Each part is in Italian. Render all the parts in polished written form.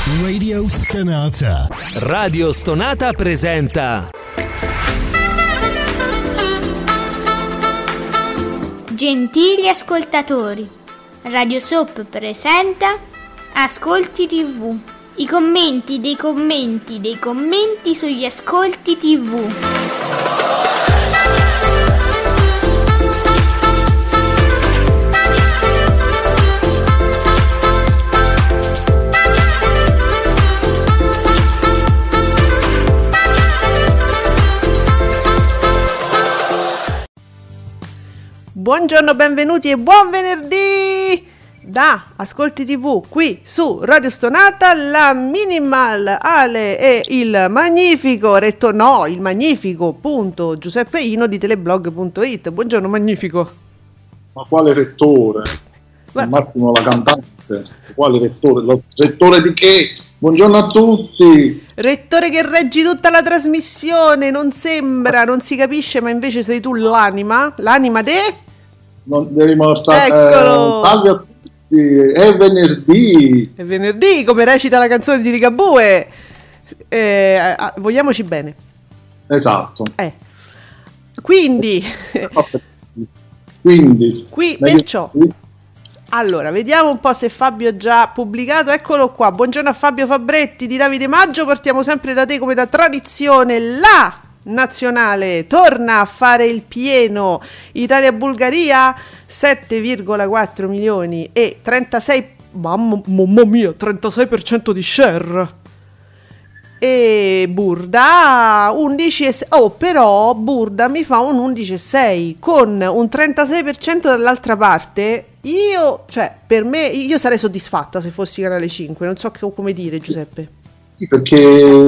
Radio Stonata. Radio Stonata presenta Gentili ascoltatori, Radio Soap presenta Ascolti TV. I commenti dei commenti dei commenti sugli ascolti TV. Buongiorno, benvenuti e buon venerdì da Ascolti TV qui su Radio Stonata, la Minimal, Ale e il magnifico il magnifico punto Giuseppe Ino di teleblog.it. Buongiorno magnifico. Ma quale rettore? Massimo la cantante. Quale rettore? Lo rettore di che? Buongiorno a tutti. Rettore che reggi tutta la trasmissione, non sembra, non si capisce, ma invece sei tu l'anima de... Non devi mostrare. Eccolo. Salve a tutti, è venerdì. È venerdì, come recita la canzone di Ligabue. Vogliamoci bene. Esatto. Quindi qui perciò. Allora, vediamo un po' se Fabio ha già pubblicato. Eccolo qua. Buongiorno a Fabio Fabretti di Davide Maggio. Partiamo sempre da te come da tradizione. La nazionale torna a fare il pieno. Italia-Bulgaria 7,4 milioni e 36 mamma mia 36% di share. E Burda 11 però Burda mi fa un 11,6 con un 36% dall'altra parte. Io sarei soddisfatta se fossi Canale 5, non so come dire, Giuseppe. Sì, perché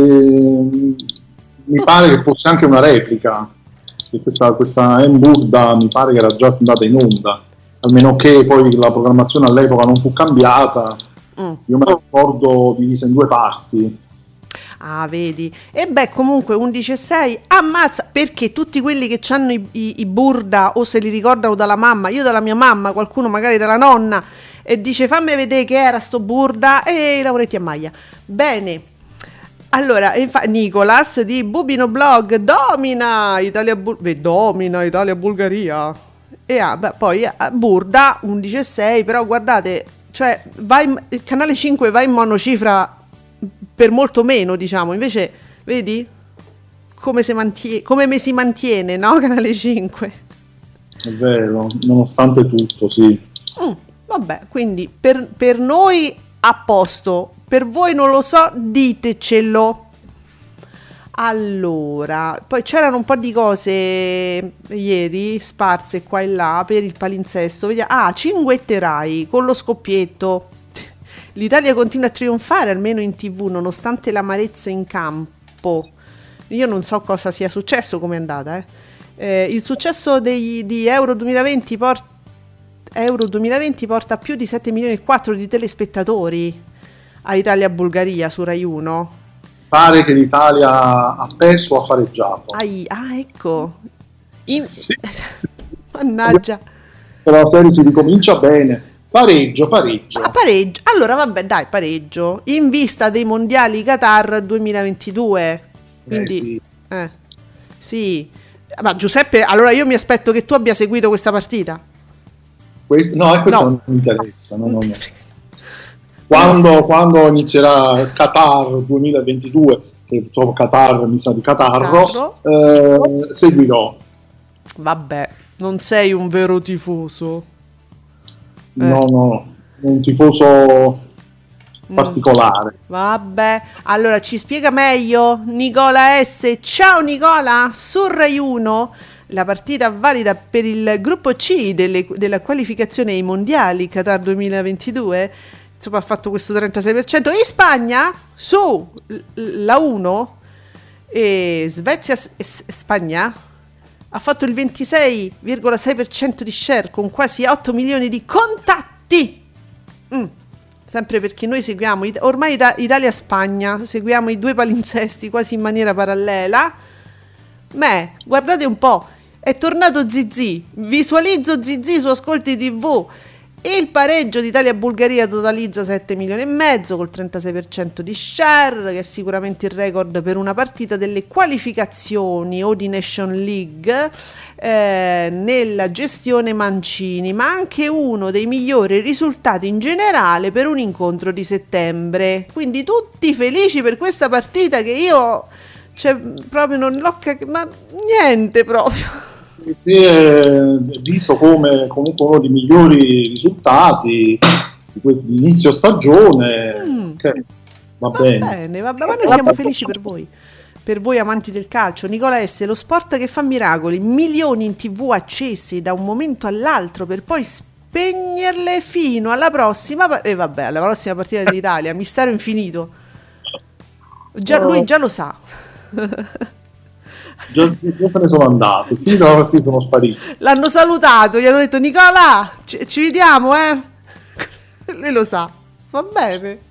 mi pare che fosse anche una replica, che questa Burda mi pare che era già andata in onda, almeno che poi la programmazione all'epoca non fu cambiata. Io me la ricordo divisa in due parti. Ah, vedi? E beh, comunque 11,6 ammazza, perché tutti quelli che hanno i Burda o se li ricordano dalla mamma, io dalla mia mamma, qualcuno magari dalla nonna, e dice fammi vedere che era sto Burda, e i lavoretti a maglia. Bene. Allora, Nicolas di Bubino Blog domina Italia-Bulgaria e poi Burda 11,6, però guardate, cioè il Canale 5 va in monocifra per molto meno, diciamo, invece vedi come si mantiene, no? Canale 5. È vero, nonostante tutto, sì. Vabbè, quindi per noi a posto. Per voi non lo so, ditecelo. Allora, poi c'erano un po' di cose ieri sparse qua e là per il palinsesto. Vediamo. Cinguette Rai con lo scoppietto. L'Italia continua a trionfare almeno in TV nonostante l'amarezza in campo. Io non so cosa sia successo, come è andata. Il successo di Euro 2020 porta più di 7 milioni e 4 di telespettatori a Italia-Bulgaria su Rai 1. Pare che l'Italia ha perso o ha pareggiato. Ecco. Sì. Mannaggia. La serie si ricomincia bene. Pareggio. Pareggio. Allora vabbè, dai, pareggio. In vista dei mondiali Qatar 2022. Quindi sì. Ma Giuseppe, allora io mi aspetto che tu abbia seguito questa partita. Questo non mi interessa. No. Quando inizierà Qatar 2022, che purtroppo Qatar mi sa di Catarro, seguirò. Vabbè, non sei un vero tifoso. No, un tifoso particolare. Vabbè, allora ci spiega meglio Nicola S. Ciao Nicola, su Rai 1 la partita valida per il gruppo C della qualificazione ai mondiali Qatar 2022. Insomma, ha fatto questo 36%. In Spagna, su la 1 e Svezia-Spagna ha fatto il 26,6% di share con quasi 8 milioni di contatti. Sempre perché noi seguiamo ormai Italia-Spagna, seguiamo i due palinsesti quasi in maniera parallela. Guardate un po', è tornato Zizi, visualizzo Zizi su Ascolti TV E il pareggio d'Italia-Bulgaria totalizza 7 milioni e mezzo col 36% di share, che è sicuramente il record per una partita delle qualificazioni o di Nation League nella gestione Mancini, ma anche uno dei migliori risultati in generale per un incontro di settembre. Quindi tutti felici per questa partita che io proprio non l'ho ma niente proprio. Si è visto come comunque uno dei migliori risultati di inizio stagione. Va bene, ma noi siamo felici per voi amanti del calcio. Nicola S., lo sport che fa miracoli, milioni in TV accesi da un momento all'altro per poi spegnerle fino alla prossima alla prossima partita dell'Italia, mistero infinito. Lui già lo sa. Già se ne sono andati, finita la partita sono spariti. L'hanno salutato, gli hanno detto Nicola, ci vediamo, lui lo sa, va bene.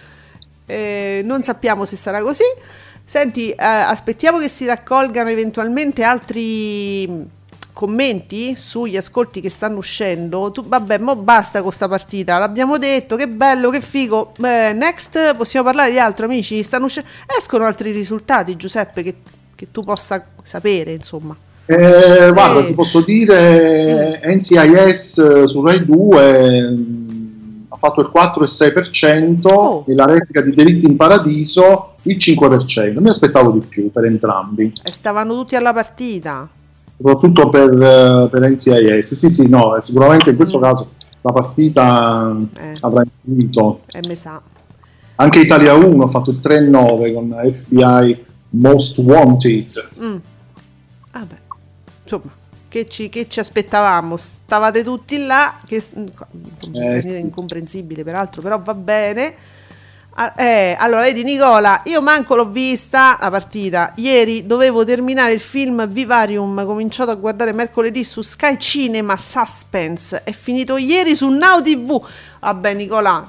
Non sappiamo se sarà così. Senti, aspettiamo che si raccolgano eventualmente altri commenti sugli ascolti che stanno uscendo. Vabbè, mo basta con sta partita, l'abbiamo detto, che bello, che figo. Next, possiamo parlare di altro, amici? Escono altri risultati, Giuseppe, che tu possa sapere, insomma. Guarda, ti posso dire, NCIS su Rai 2 ha fatto il 4,6%, e la replica di Delitti in Paradiso il 5%. Mi aspettavo di più per entrambi. E stavano tutti alla partita. Soprattutto per NCIS. Sì, no, sicuramente in questo caso la partita avrà influito. Mi sa. Anche Italia 1 ha fatto il 3,9 con FBI Most Wanted. Vabbè, insomma, che ci aspettavamo? Stavate tutti là, che incomprensibile peraltro, però va bene. Allora, vedi Nicola, io manco l'ho vista la partita. Ieri dovevo terminare il film Vivarium, cominciato a guardare mercoledì su Sky Cinema Suspense, è finito ieri su Now TV. Vabbè Nicola,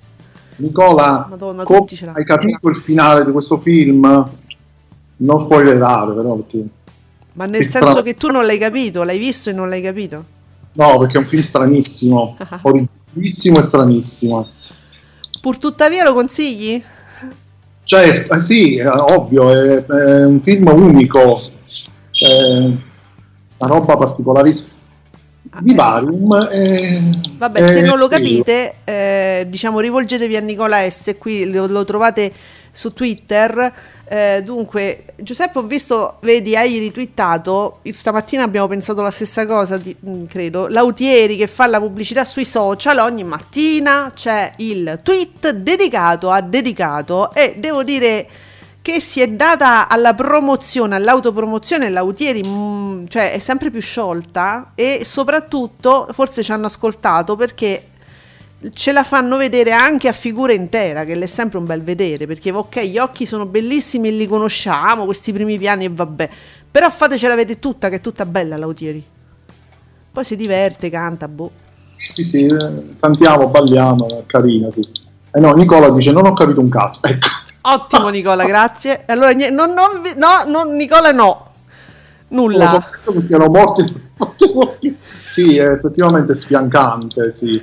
Madonna, come hai capito il finale di questo film? Non spoilerare però, perché ma nel senso che tu non l'hai capito, l'hai visto e non l'hai capito? No, perché è un film stranissimo, originalissimo e stranissimo. Pur tuttavia lo consigli? Certo, sì, ovvio, è un film unico, una roba particolarissima. Vivarium vabbè, se non lo capite, diciamo, rivolgetevi a Nicola S. Qui lo trovate su Twitter. Dunque, Giuseppe, ho visto, vedi, hai ritwittato, stamattina abbiamo pensato la stessa cosa, credo, Lautieri che fa la pubblicità sui social, ogni mattina c'è il tweet dedicato, e devo dire che si è data alla promozione, all'autopromozione. Lautieri cioè è sempre più sciolta, e soprattutto forse ci hanno ascoltato perché ce la fanno vedere anche a figura intera, che è sempre un bel vedere, perché ok, gli occhi sono bellissimi e li conosciamo, questi primi piani, e vabbè, però fatecela vedere tutta, che è tutta bella Lautieri, poi si diverte, canta, sì, cantiamo, balliamo, è carina, sì. No, Nicola dice non ho capito un cazzo, ecco. Ottimo Nicola, grazie. Allora Nicola, no, nulla. Che siano morti. Sì, è effettivamente sfiancante, sì.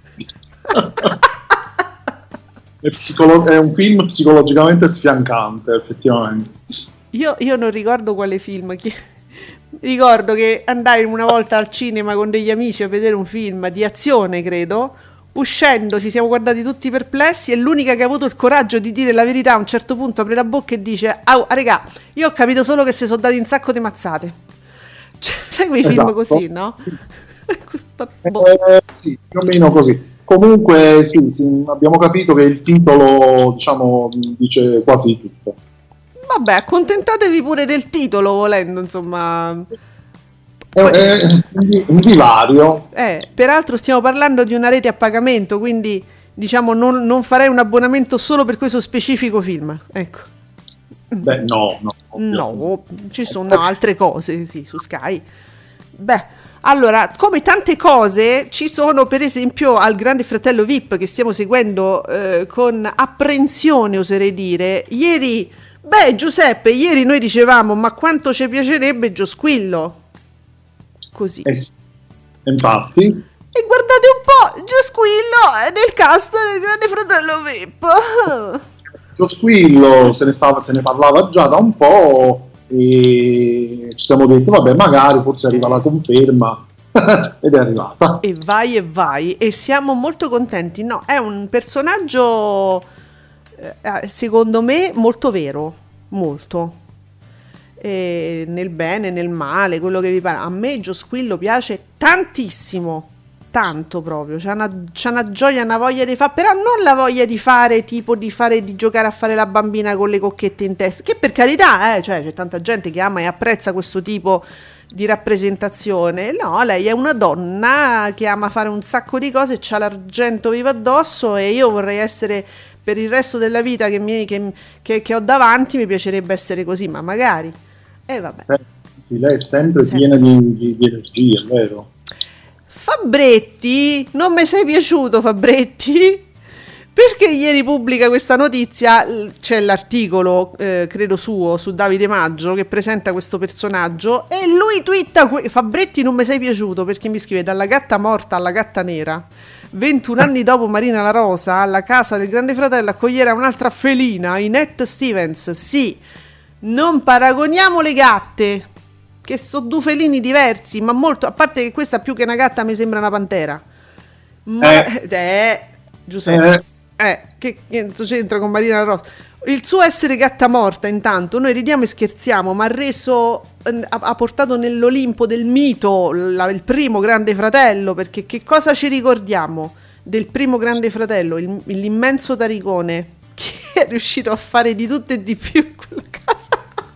È un film psicologicamente sfiancante, effettivamente. Io non ricordo quale film. Ricordo che andai una volta al cinema con degli amici a vedere un film di azione, credo. Uscendo ci siamo guardati tutti perplessi, e l'unica che ha avuto il coraggio di dire la verità a un certo punto apre la bocca e dice: regà, io ho capito solo che si sono dati un sacco di mazzate. Cioè, sai quei film così, no? Sì. Sì, più o meno così. Comunque sì, abbiamo capito che il titolo, diciamo, dice quasi tutto. Vabbè, accontentatevi pure del titolo, volendo, insomma. Un divario. Peraltro stiamo parlando di una rete a pagamento, quindi diciamo non farei un abbonamento solo per questo specifico film, ecco. Beh, no, ci sono altre cose, sì, su Sky. Beh, allora, come tante cose ci sono, per esempio, al Grande Fratello VIP, che stiamo seguendo con apprensione, oserei dire. Giuseppe, ieri noi dicevamo: ma quanto ci piacerebbe Giosquillo. Così. Sì. Infatti. E guardate un po', Giosquillo è nel cast del Grande Fratello VIP. Giosquillo se ne parlava già da un po', e ci siamo detti vabbè, magari forse arriva la conferma. Ed è arrivata. E vai, e siamo molto contenti. No, è un personaggio secondo me molto vero, molto, e nel bene, nel male, quello che vi pare. A me Giosquillo piace tantissimo, tanto proprio, c'ha una gioia, una voglia di fare, però non la voglia di fare tipo di giocare a fare la bambina con le cocchette in testa, che per carità, cioè c'è tanta gente che ama e apprezza questo tipo di rappresentazione. No, lei è una donna che ama fare un sacco di cose, c'ha l'argento vivo addosso, e io vorrei essere, per il resto della vita che ho davanti, mi piacerebbe essere così, ma magari vabbè. Sì, lei è sempre piena di energia, è vero. Fabretti, non mi sei piaciuto, Fabretti? Perché ieri pubblica questa notizia, c'è l'articolo, credo suo, su Davide Maggio, che presenta questo personaggio, e lui twitta, Fabretti non mi sei piaciuto, perché mi scrive: dalla gatta morta alla gatta nera, 21 anni dopo Marina La Rosa, alla casa del Grande Fratello accoglierà un'altra felina, Inette Stevens. Sì, non paragoniamo le gatte, che sono due felini diversi, ma molto, a parte che questa più che una gatta mi sembra una pantera. Ma Giuseppe, che c'entra con Marina La Rosa? Il suo essere gatta morta, intanto, noi ridiamo e scherziamo, ma ha portato nell'Olimpo del mito il primo Grande Fratello, perché che cosa ci ricordiamo del primo Grande Fratello? L'immenso Taricone, che è riuscito a fare di tutto e di più in quella casa.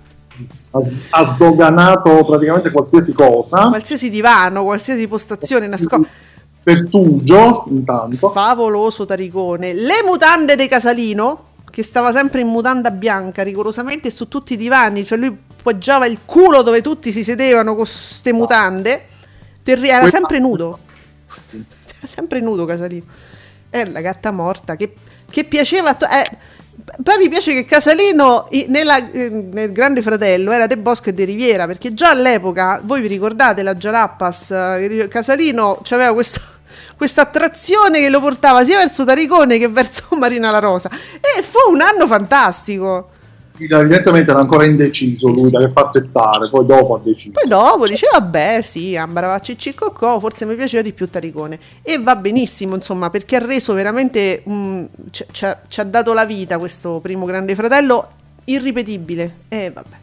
Ha sdoganato praticamente qualsiasi cosa, qualsiasi divano, qualsiasi postazione nascosta. Pertugio, intanto. Favoloso Taricone. Le mutande di Casalino, che stava sempre in mutanda bianca rigorosamente su tutti i divani, cioè lui poggiava il culo dove tutti si sedevano con queste mutande, era sempre nudo. Era sempre nudo Casalino. È la gatta morta che piaceva. Poi mi piace che Casalino nel Grande Fratello era De Bosco e De Riviera, perché già all'epoca, voi vi ricordate la Jalapas, Casalino c'aveva questa attrazione che lo portava sia verso Taricone che verso Marina La Rosa, e fu un anno fantastico. Evidentemente era ancora indeciso lui da che parte stare, poi dopo ha deciso. Poi dopo diceva vabbè sì, ambrava ciccicocco, forse mi piaceva di più Taricone, e va benissimo insomma, perché ha reso veramente ci ha dato la vita questo primo Grande Fratello irripetibile. Vabbè.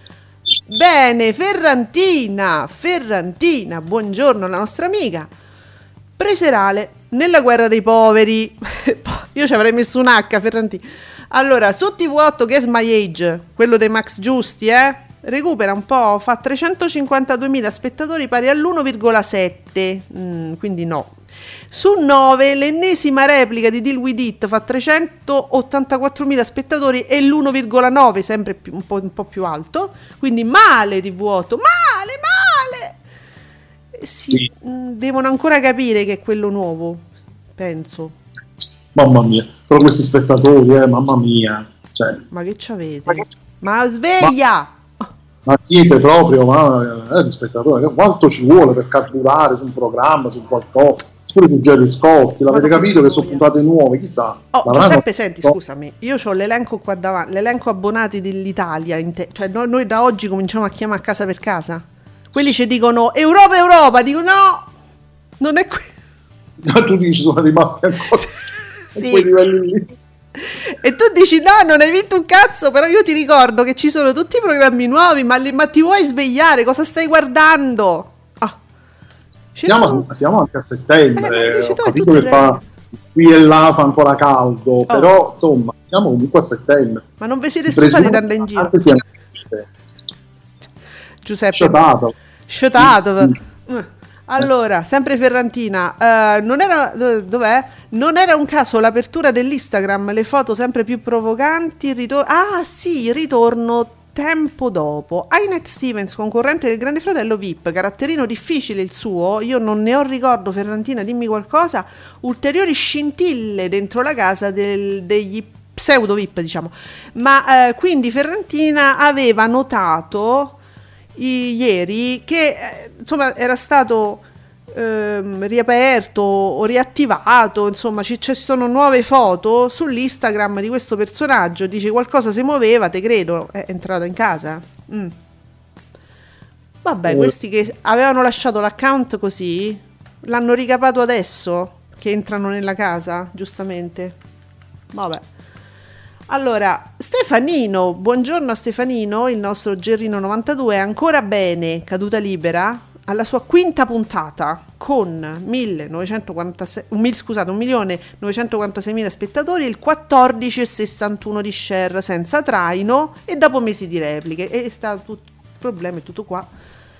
Bene, Ferrantina, buongiorno alla nostra amica. Preserale nella guerra dei poveri. Io ci avrei messo un H, Ferrantina. Allora, su TV8 Guess My Age, quello dei Max Giusti, recupera un po', fa 352.000 spettatori, pari all'1,7, quindi no. Su 9, l'ennesima replica di Deal With It fa 384.000 spettatori e l'1,9, sempre un po' più alto, quindi male TV8, male! Sì. Devono ancora capire che è quello nuovo, penso. Mamma mia, però questi spettatori, mamma mia. Cioè, ma che c'avete? Ma sveglia! Ma siete proprio, gli spettatori, quanto ci vuole per carburare su un programma, su qualcosa? Pure su Gerry Scotti, l'avete capito che sono puntate nuove, chissà. Giuseppe, senti, scusami, io ho l'elenco qua davanti, l'elenco abbonati dell'Italia, cioè noi da oggi cominciamo a chiamare casa per casa. Quelli ci dicono Europa, dico no, non è qui. No, tu dici sono rimasti ancora sì. A quei livelli lì. E tu dici no, non hai vinto un cazzo, però io ti ricordo che ci sono tutti i programmi nuovi, ma ti vuoi svegliare? Cosa stai guardando? Siamo anche a settembre, ho capito che qui e là fa ancora caldo, però insomma siamo comunque a settembre. Ma non vi siete stufati di andare in giro? Giuseppe, sciotato. Allora, sempre Ferrantina, non era un caso l'apertura dell'Instagram, le foto sempre più provocanti, ritorno tempo dopo. Inette Stevens, concorrente del Grande Fratello VIP, caratterino difficile il suo, io non ne ho ricordo, Ferrantina dimmi qualcosa, ulteriori scintille dentro la casa degli pseudo VIP, diciamo, ma quindi Ferrantina aveva notato ieri che insomma era stato riaperto o riattivato, insomma ci sono nuove foto sull'Instagram di questo personaggio, dice qualcosa si muoveva, te credo, è entrata in casa. Vabbè, questi che avevano lasciato l'account così l'hanno ricapato adesso che entrano nella casa, giustamente. Vabbè. Allora, Stefanino, buongiorno a Stefanino, il nostro Gerrino 92, è ancora bene, caduta libera, alla sua quinta puntata con 1.946.000 spettatori, il 14,61 di share senza traino e dopo mesi di repliche. E sta tutto, il problema è tutto qua.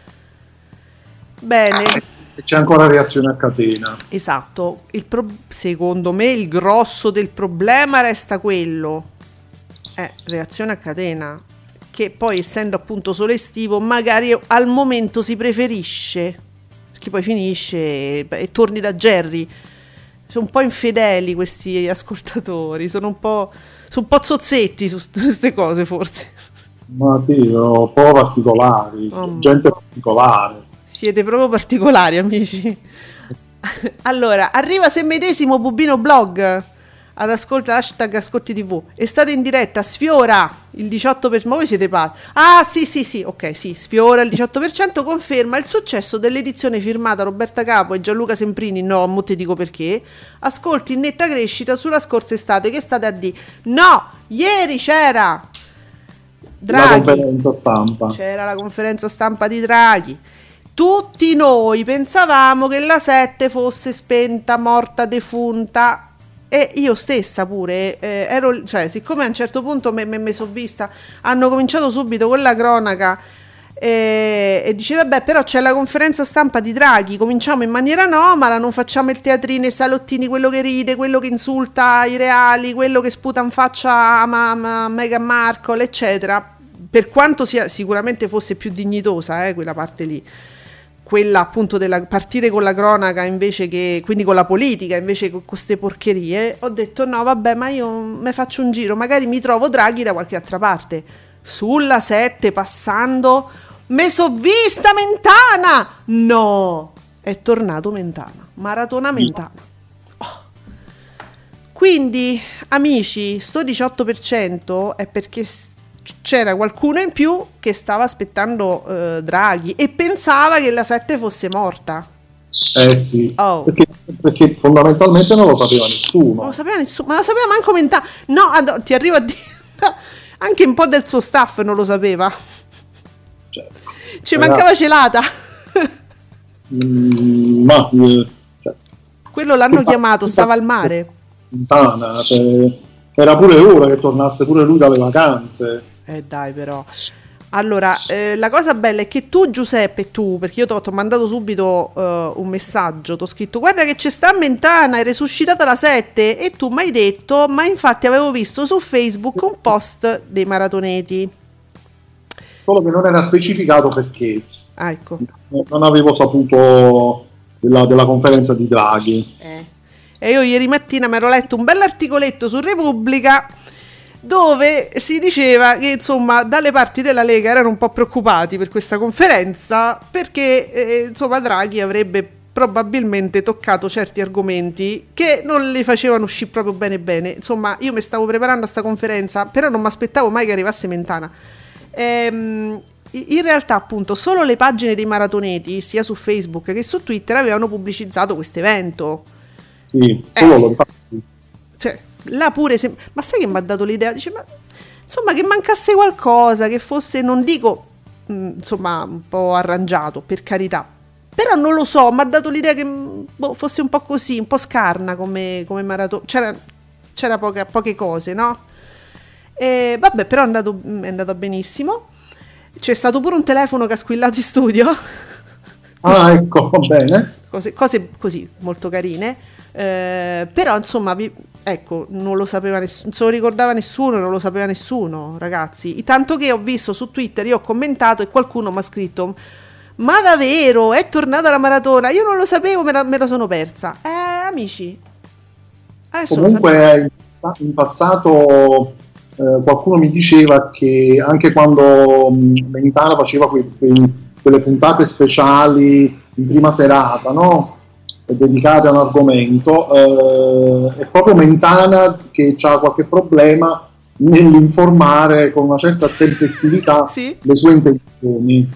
Bene. C'è ancora reazione a catena. Esatto, secondo me il grosso del problema resta quello. Reazione a catena, che poi essendo appunto solo estivo magari al momento si preferisce, perché poi finisce e torni da Jerry. Sono un po' infedeli questi ascoltatori, sono un po' zozzetti su queste cose forse. Ma sì, sono un po' particolari, gente particolare. Siete proprio particolari, amici. Allora, arriva Se Medesimo Bubino Blog. All'ascolta hashtag Ascolti TV. È stato in diretta, sfiora il 18%. Ma voi siete pazzi? Ah, sì, ok, sì, sfiora il 18%, conferma il successo dell'edizione firmata Roberta Capo e Gianluca Semprini. No, mo te dico perché. Ascolti in netta crescita sulla scorsa estate. Che state a dire? No, ieri c'era Draghi. La conferenza stampa. C'era la conferenza stampa di Draghi. Tutti noi pensavamo che la 7 fosse spenta, morta, defunta. E io stessa pure siccome a un certo punto mi sono vista, hanno cominciato subito con la cronaca e dice vabbè, però c'è la conferenza stampa di Draghi, cominciamo in maniera anomala, non facciamo il teatrino, i salottini, quello che ride, quello che insulta i reali, quello che sputa in faccia a Meghan Markle, eccetera, per quanto sicuramente fosse più dignitosa quella parte lì, quella appunto della partire con la cronaca invece che, quindi con la politica invece che con queste porcherie. Ho detto no vabbè, ma io mi faccio un giro, magari mi trovo Draghi da qualche altra parte. Sulla 7 passando me so vista Mentana, no, è tornato Mentana, maratona Mentana. Quindi amici, sto 18% è perché c'era qualcuno in più che stava aspettando Draghi e pensava che la 7 fosse morta. Sì, perché fondamentalmente non lo sapeva nessuno. Non lo sapeva nessuno, ma lo sapeva manco Mentana. No, ti arrivo a dire, anche un po' del suo staff non lo sapeva. Ci mancava Celata. Quello l'hanno chiamato, stava al mare. Mentana, era pure ora che tornasse pure lui dalle vacanze. Dai però. Allora, la cosa bella è che tu Giuseppe, perché io ti ho mandato subito un messaggio, ti ho scritto guarda che c'è sta Mentana, è resuscitata la 7 e tu mi hai detto, ma infatti avevo visto su Facebook un post dei maratoneti. Solo che non era specificato perché. Ecco. Non avevo saputo della conferenza di Draghi. E io ieri mattina mi ero letto un bell'articoletto su Repubblica dove si diceva che insomma dalle parti della Lega erano un po' preoccupati per questa conferenza perché insomma Draghi avrebbe probabilmente toccato certi argomenti che non li facevano uscire proprio bene. Insomma, io mi stavo preparando a sta conferenza, però non mi aspettavo mai che arrivasse Mentana. In realtà appunto solo le pagine dei maratoneti sia su Facebook che su Twitter avevano pubblicizzato questo evento. Sì, solo lo infatti. Cioè, là pure ma sai che mi ha dato l'idea? Dice, ma insomma che mancasse qualcosa, che fosse, non dico insomma un po' arrangiato, per carità, però non lo so, mi ha dato l'idea che fosse un po' così, un po' scarna come maratona, c'era poche cose, no? E vabbè, però è andato benissimo. C'è stato pure un telefono che ha squillato in studio. Ah, ecco, va bene. Cose così molto carine. Però insomma ecco, non lo sapeva nessuno, non se lo ricordava nessuno, non lo sapeva nessuno, ragazzi, tanto che ho visto su Twitter, io ho commentato e qualcuno mi ha scritto ma davvero è tornata la maratona, io non lo sapevo, me lo sono persa. Amici, comunque in passato qualcuno mi diceva che anche quando Mentana faceva quei quelle puntate speciali in prima serata, no? Dedicate a un argomento, è proprio Mentana che ha qualche problema nell'informare con una certa tempestività Sì? le sue intenzioni.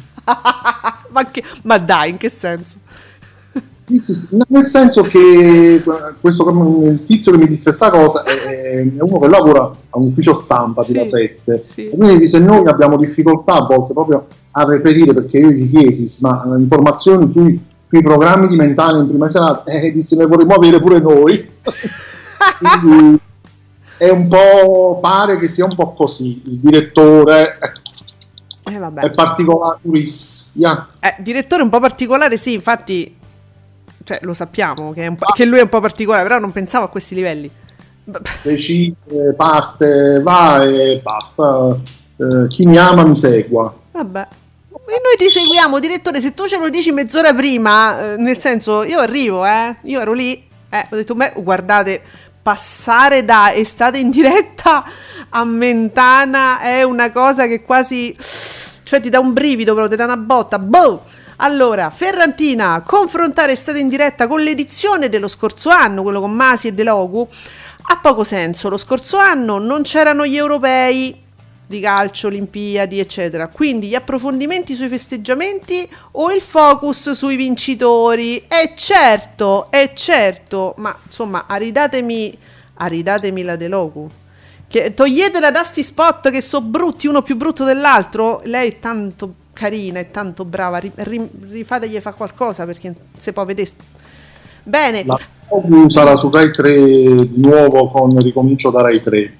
Ma dai, in che senso? Sì, nel senso che il tizio che mi disse sta cosa è uno che lavora a un ufficio stampa di La 7, sì. e quindi se noi abbiamo difficoltà a volte proprio a reperire, perché io gli chiesi ma informazioni sui programmi di Mentana in prima serata, disse ne vorremmo avere pure noi. Quindi è un po', pare che sia un po' così, il direttore Vabbè. è particolare, direttore un po' particolare, sì, infatti, cioè, lo sappiamo che lui è un po' particolare, però non pensavo a questi livelli. Decide, parte, va e basta. Chi mi ama mi segua. Vabbè. E noi ti seguiamo, direttore, se tu ce lo dici mezz'ora prima, nel senso, io arrivo, io ero lì, ho detto, guardate, passare da estate in diretta a Mentana è una cosa che quasi, cioè ti dà un brivido, però ti dà una botta, boh! Allora, Ferrantina, confrontare estate in diretta con l'edizione dello scorso anno, quello con Masi e De Logu, ha poco senso. Lo scorso anno non c'erano gli europei di calcio, Olimpiadi, eccetera. Quindi gli approfondimenti sui festeggiamenti o il focus sui vincitori? Certo, ma insomma, aridatemi la De Logu. Toglietela da sti spot che sono brutti, uno più brutto dell'altro. Lei è tanto carina, è tanto brava, rifategli fa qualcosa, perché se può vedere bene. La sarà su Rai 3 di nuovo con Ricomincio da Rai 3.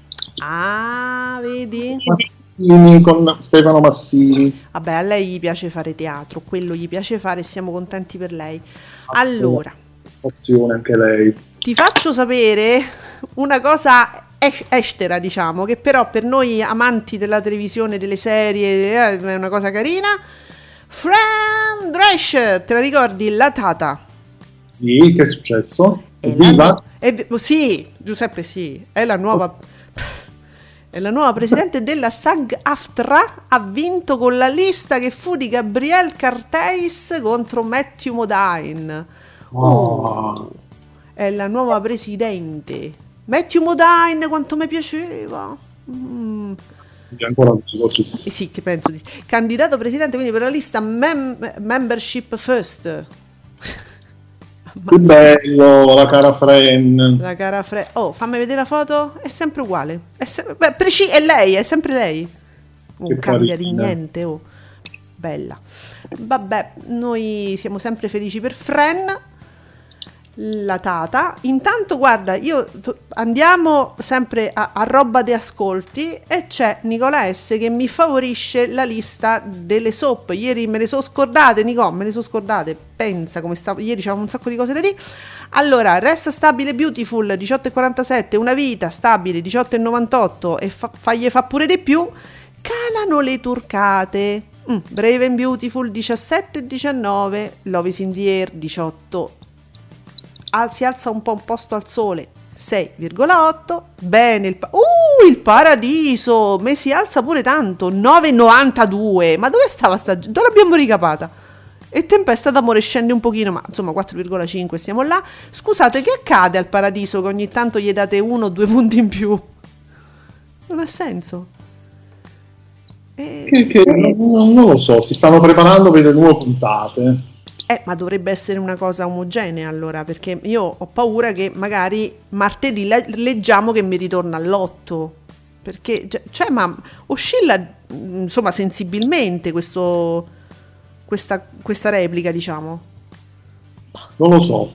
Vedi? Massini, con Stefano Massini. Vabbè, a lei gli piace fare teatro, quello gli piace fare e siamo contenti per lei. Allora, anche lei. Ti faccio sapere una cosa estera, diciamo, che però per noi amanti della televisione, delle serie, è una cosa carina. Fran Drescher, te la ricordi? La Tata. Sì, che è successo? È viva? Sì, Giuseppe, sì, è la nuova presidente della SAG-AFTRA, ha vinto con la lista che fu di Gabriel Carteis contro Matthew Modine. È la nuova presidente. Matthew Modine, quanto mi piaceva. Ancora vivo, sì. Sì, che penso di candidato presidente, quindi per la lista Membership First. Che bello, la cara Fran. Oh, fammi vedere la foto. È sempre uguale. È lei, è sempre lei. Non cambia di niente. Bella. Vabbè, noi siamo sempre felici per Fran. La Tata. Intanto guarda, andiamo sempre a roba di ascolti e c'è Nicola S che mi favorisce la lista delle soap. Ieri me ne sono scordate, Nico, pensa come stavo, ieri c'avevo un sacco di cose da dire. Allora, Resta stabile Beautiful 18,47, Una vita stabile 18,98 e fagli fa pure di più. Calano le turcate. Brave and Beautiful 17,19, Love is in the air 18. Si alza un po' un posto al sole 6,8. Bene, il Paradiso me si alza pure tanto 9,92. Ma dove stava dove l'abbiamo ricapata? E Tempesta d'amore scende un pochino, ma insomma 4,5 siamo là. Scusate, che accade al Paradiso che ogni tanto gli date 1 o 2 punti in più? Non ha senso. Non lo so, si stanno preparando per le nuove puntate. Ma dovrebbe essere una cosa omogenea allora, perché io ho paura che magari martedì leggiamo che mi ritorna all'8, perché ma oscilla insomma sensibilmente questa replica, diciamo. Non lo so,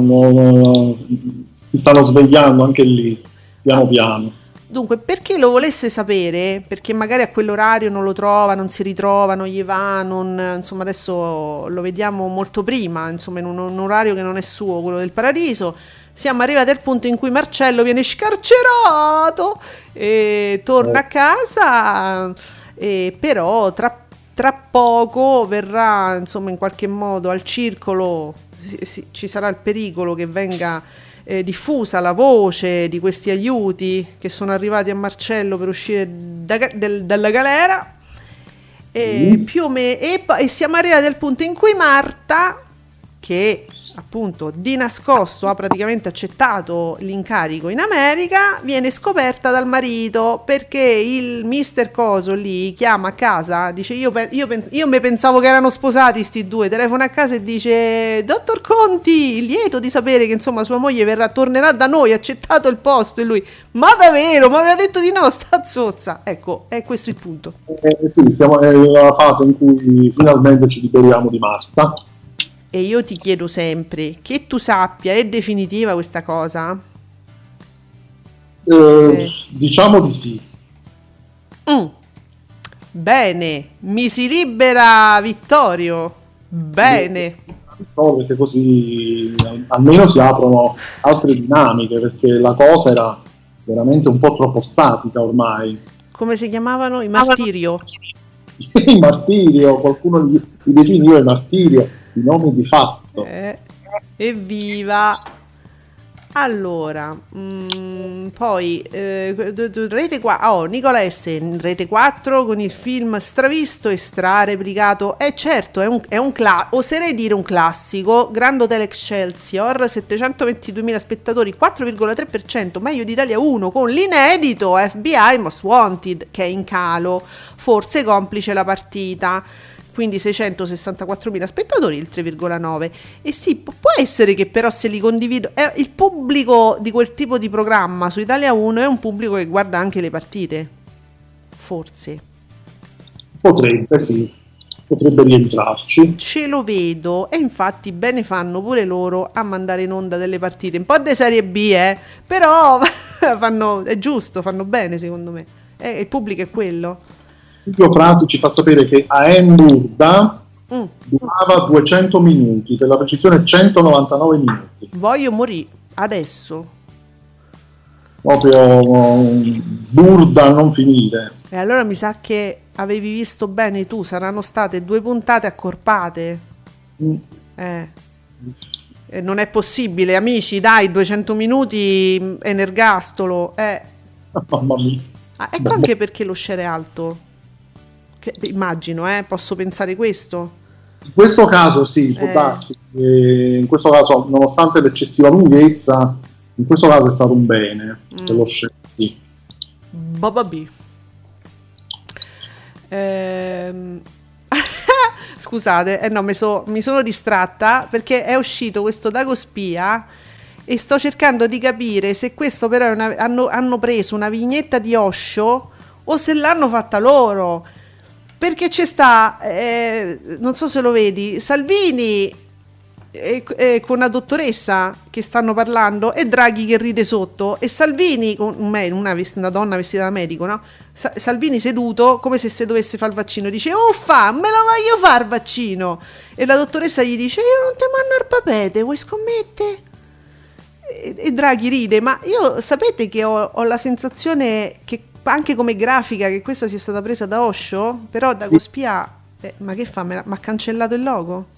si stanno svegliando anche lì, piano piano. Dunque, perché lo volesse sapere, perché magari a quell'orario non lo trova, non si ritrova, non gli va, insomma adesso lo vediamo molto prima, insomma in un orario che non è suo, quello del Paradiso. Siamo arrivati al punto in cui Marcello viene scarcerato e torna a casa, però tra poco verrà, insomma, in qualche modo al circolo, ci sarà il pericolo che venga diffusa la voce di questi aiuti che sono arrivati a Marcello per uscire dalla galera. E siamo arrivati al punto in cui Marta, che appunto di nascosto ha praticamente accettato l'incarico in America, viene scoperta dal marito perché il mister Coso lì chiama a casa, dice io mi pensavo che erano sposati sti due, telefona a casa e dice: dottor Conti, lieto di sapere che insomma sua moglie tornerà da noi, ha accettato il posto. E lui: ma davvero? Ma aveva detto di no, sta zozza. Ecco, è questo il punto. Sì, siamo nella fase in cui finalmente ci liberiamo di Marta. E io ti chiedo sempre, che tu sappia, è definitiva questa cosa? Diciamo di sì. Bene, mi si libera Vittorio. Bene. Perché così almeno si aprono altre dinamiche, perché la cosa era veramente un po' troppo statica ormai. Come si chiamavano? I Martirio? Il Martirio, qualcuno li definiva il Martirio. I nomi di fatto. Evviva! Allora, poi Rete 4, Nicola S. Rete 4 con il film stravisto e strareplicato. Certo, è un oserei dire un classico. Grand Hotel Excelsior, 722.000 spettatori, 4,3%, meglio di Italia 1, con l'inedito FBI Most Wanted, che è in calo, forse complice la partita. Quindi 664.000 spettatori, il 3,9%. E sì, può essere che però se li condivido, il pubblico di quel tipo di programma su Italia 1 è un pubblico che guarda anche le partite, forse. Potrebbe, sì, potrebbe rientrarci. Ce lo vedo, e infatti bene fanno pure loro a mandare in onda delle partite, un po' di Serie B, però è giusto, fanno bene secondo me. Il pubblico è quello. Studio Franzi ci fa sapere che a Emburda durava 200 minuti, per la precisione 199 minuti. Voglio morire adesso. Proprio burda a non finire. E allora mi sa che avevi visto bene tu, saranno state 2 puntate accorpate. Non è possibile, amici, dai, 200 minuti è nergastolo. Mamma mia. Ecco anche perché lo share è alto. Immagino, posso pensare questo. In questo caso sì, può darsi. In questo caso, nonostante l'eccessiva lunghezza, in questo caso è stato un bene per lo share, sì. Bababì. Scusate, no, mi sono distratta perché è uscito questo Dagospia e sto cercando di capire se questo però hanno preso una vignetta di Osho o se l'hanno fatta loro. Perché c'è non so se lo vedi, Salvini con una dottoressa che stanno parlando e Draghi che ride sotto, e Salvini con una donna vestita da medico, no? Salvini seduto come se dovesse fare il vaccino, dice: uffa, me lo voglio fare il vaccino, e la dottoressa gli dice: io non ti mando al papete, vuoi scommettere? E Draghi ride. Ma io sapete che ho la sensazione che anche come grafica che questa sia stata presa da Osho, però da Dagospia ma che fa? Mi ha cancellato il logo?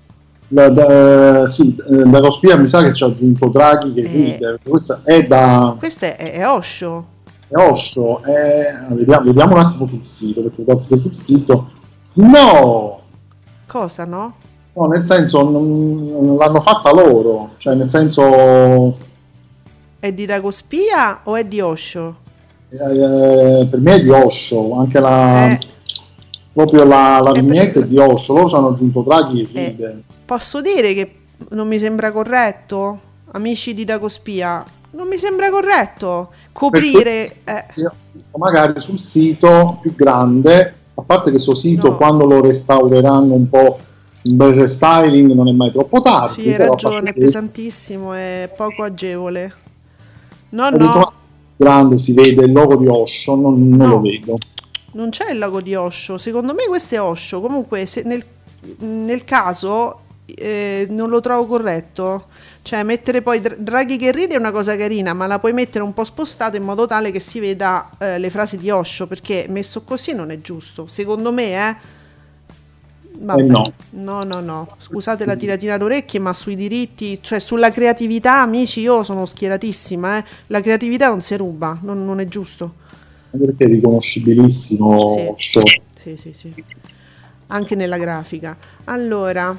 Dagospia mi sa che ci ha aggiunto Draghi che ride. Questa è Osho. È Osho. Vediamo un attimo sul sito, perché può essere sul sito. No! Cosa, no? No, nel senso non l'hanno fatta loro, cioè nel senso... È di Dagospia o è di Osho? Per me è di Osho, anche proprio la vignetta è di Osho. Loro ci hanno aggiunto Draghi e ride. Posso dire che non mi sembra corretto, amici di Dagospia, non mi sembra corretto coprire magari sul sito più grande, a parte che sto sito quando lo restaureranno un po', un bel restyling non è mai troppo tardi. Sì, hai ragione, è pesantissimo, è poco agevole. No. Grande si vede il logo di Osho, non lo vedo. Non c'è il logo di Osho, secondo me questo è Osho. Comunque se nel caso non lo trovo corretto, cioè mettere poi Draghi che ride è una cosa carina, ma la puoi mettere un po' spostato in modo tale che si veda le frasi di Osho, perché messo così non è giusto, secondo me. Vabbè. No, scusate la tiratina d'orecchie, ma sui diritti, cioè sulla creatività, amici, io sono schieratissima, la creatività non si ruba, non è giusto. Perché è riconoscibilissimo. Sì. anche nella grafica. Allora,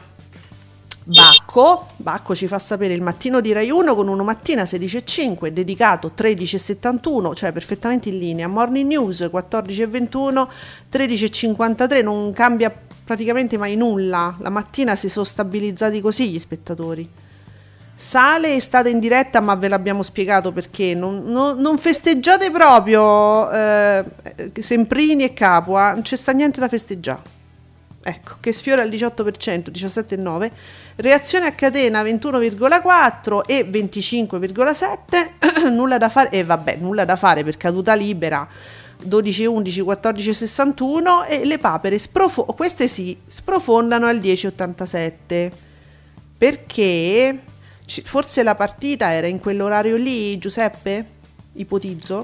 Bacco ci fa sapere il mattino di Rai 1 con Uno Mattina 16.05, dedicato 13.71, cioè perfettamente in linea. Morning News 14.21, 13.53, non cambia praticamente mai nulla. La mattina si sono stabilizzati così gli spettatori. Sale Estate in diretta, ma ve l'abbiamo spiegato perché non festeggiate proprio Semprini e Capua, non c'è sta niente da festeggiare. Ecco, che sfiora il 18%, 17,9%, reazione a catena 21,4% e 25,7%, nulla da fare, e vabbè, nulla da fare per caduta libera 12,11, 14,61 e le papere queste sì, sprofondano al 10,87, perché forse la partita era in quell'orario lì, Giuseppe? Ipotizzo?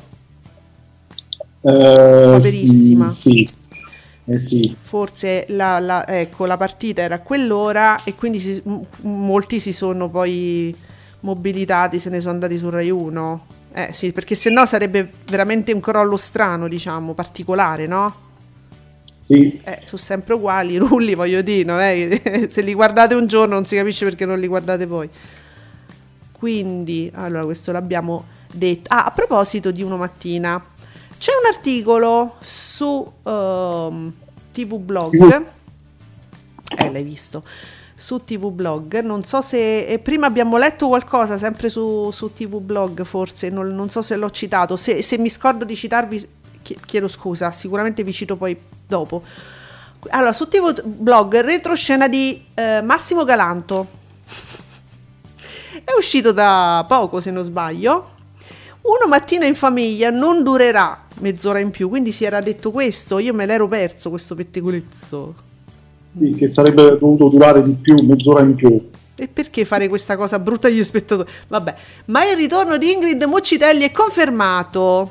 Paperissima. Sì. Sì. Forse ecco, la partita era a quell'ora e quindi molti si sono poi mobilitati, se ne sono andati su Rai 1. Sì, perché sennò sarebbe veramente un crollo strano, diciamo, particolare, no? Sì. Sono sempre uguali i rulli, voglio dire, non è se li guardate un giorno non si capisce perché non li guardate poi. Quindi, allora, questo l'abbiamo detto. A proposito di Uno Mattina, c'è un articolo su TV Blog, l'hai visto, su TV Blog, non so se prima abbiamo letto qualcosa sempre su TV Blog, forse, non so se l'ho citato, se mi scordo di citarvi chiedo scusa, sicuramente vi cito poi dopo. Allora, su TV Blog, retroscena di Massimo Galanto, è uscito da poco se non sbaglio. Uno Mattina in famiglia non durerà mezz'ora in più, quindi si era detto questo, io me l'ero perso questo pettegolezzo. Sì, che sarebbe dovuto durare di più, mezz'ora in più. E perché fare questa cosa brutta agli spettatori? Vabbè, ma il ritorno di Ingrid Muccitelli è confermato.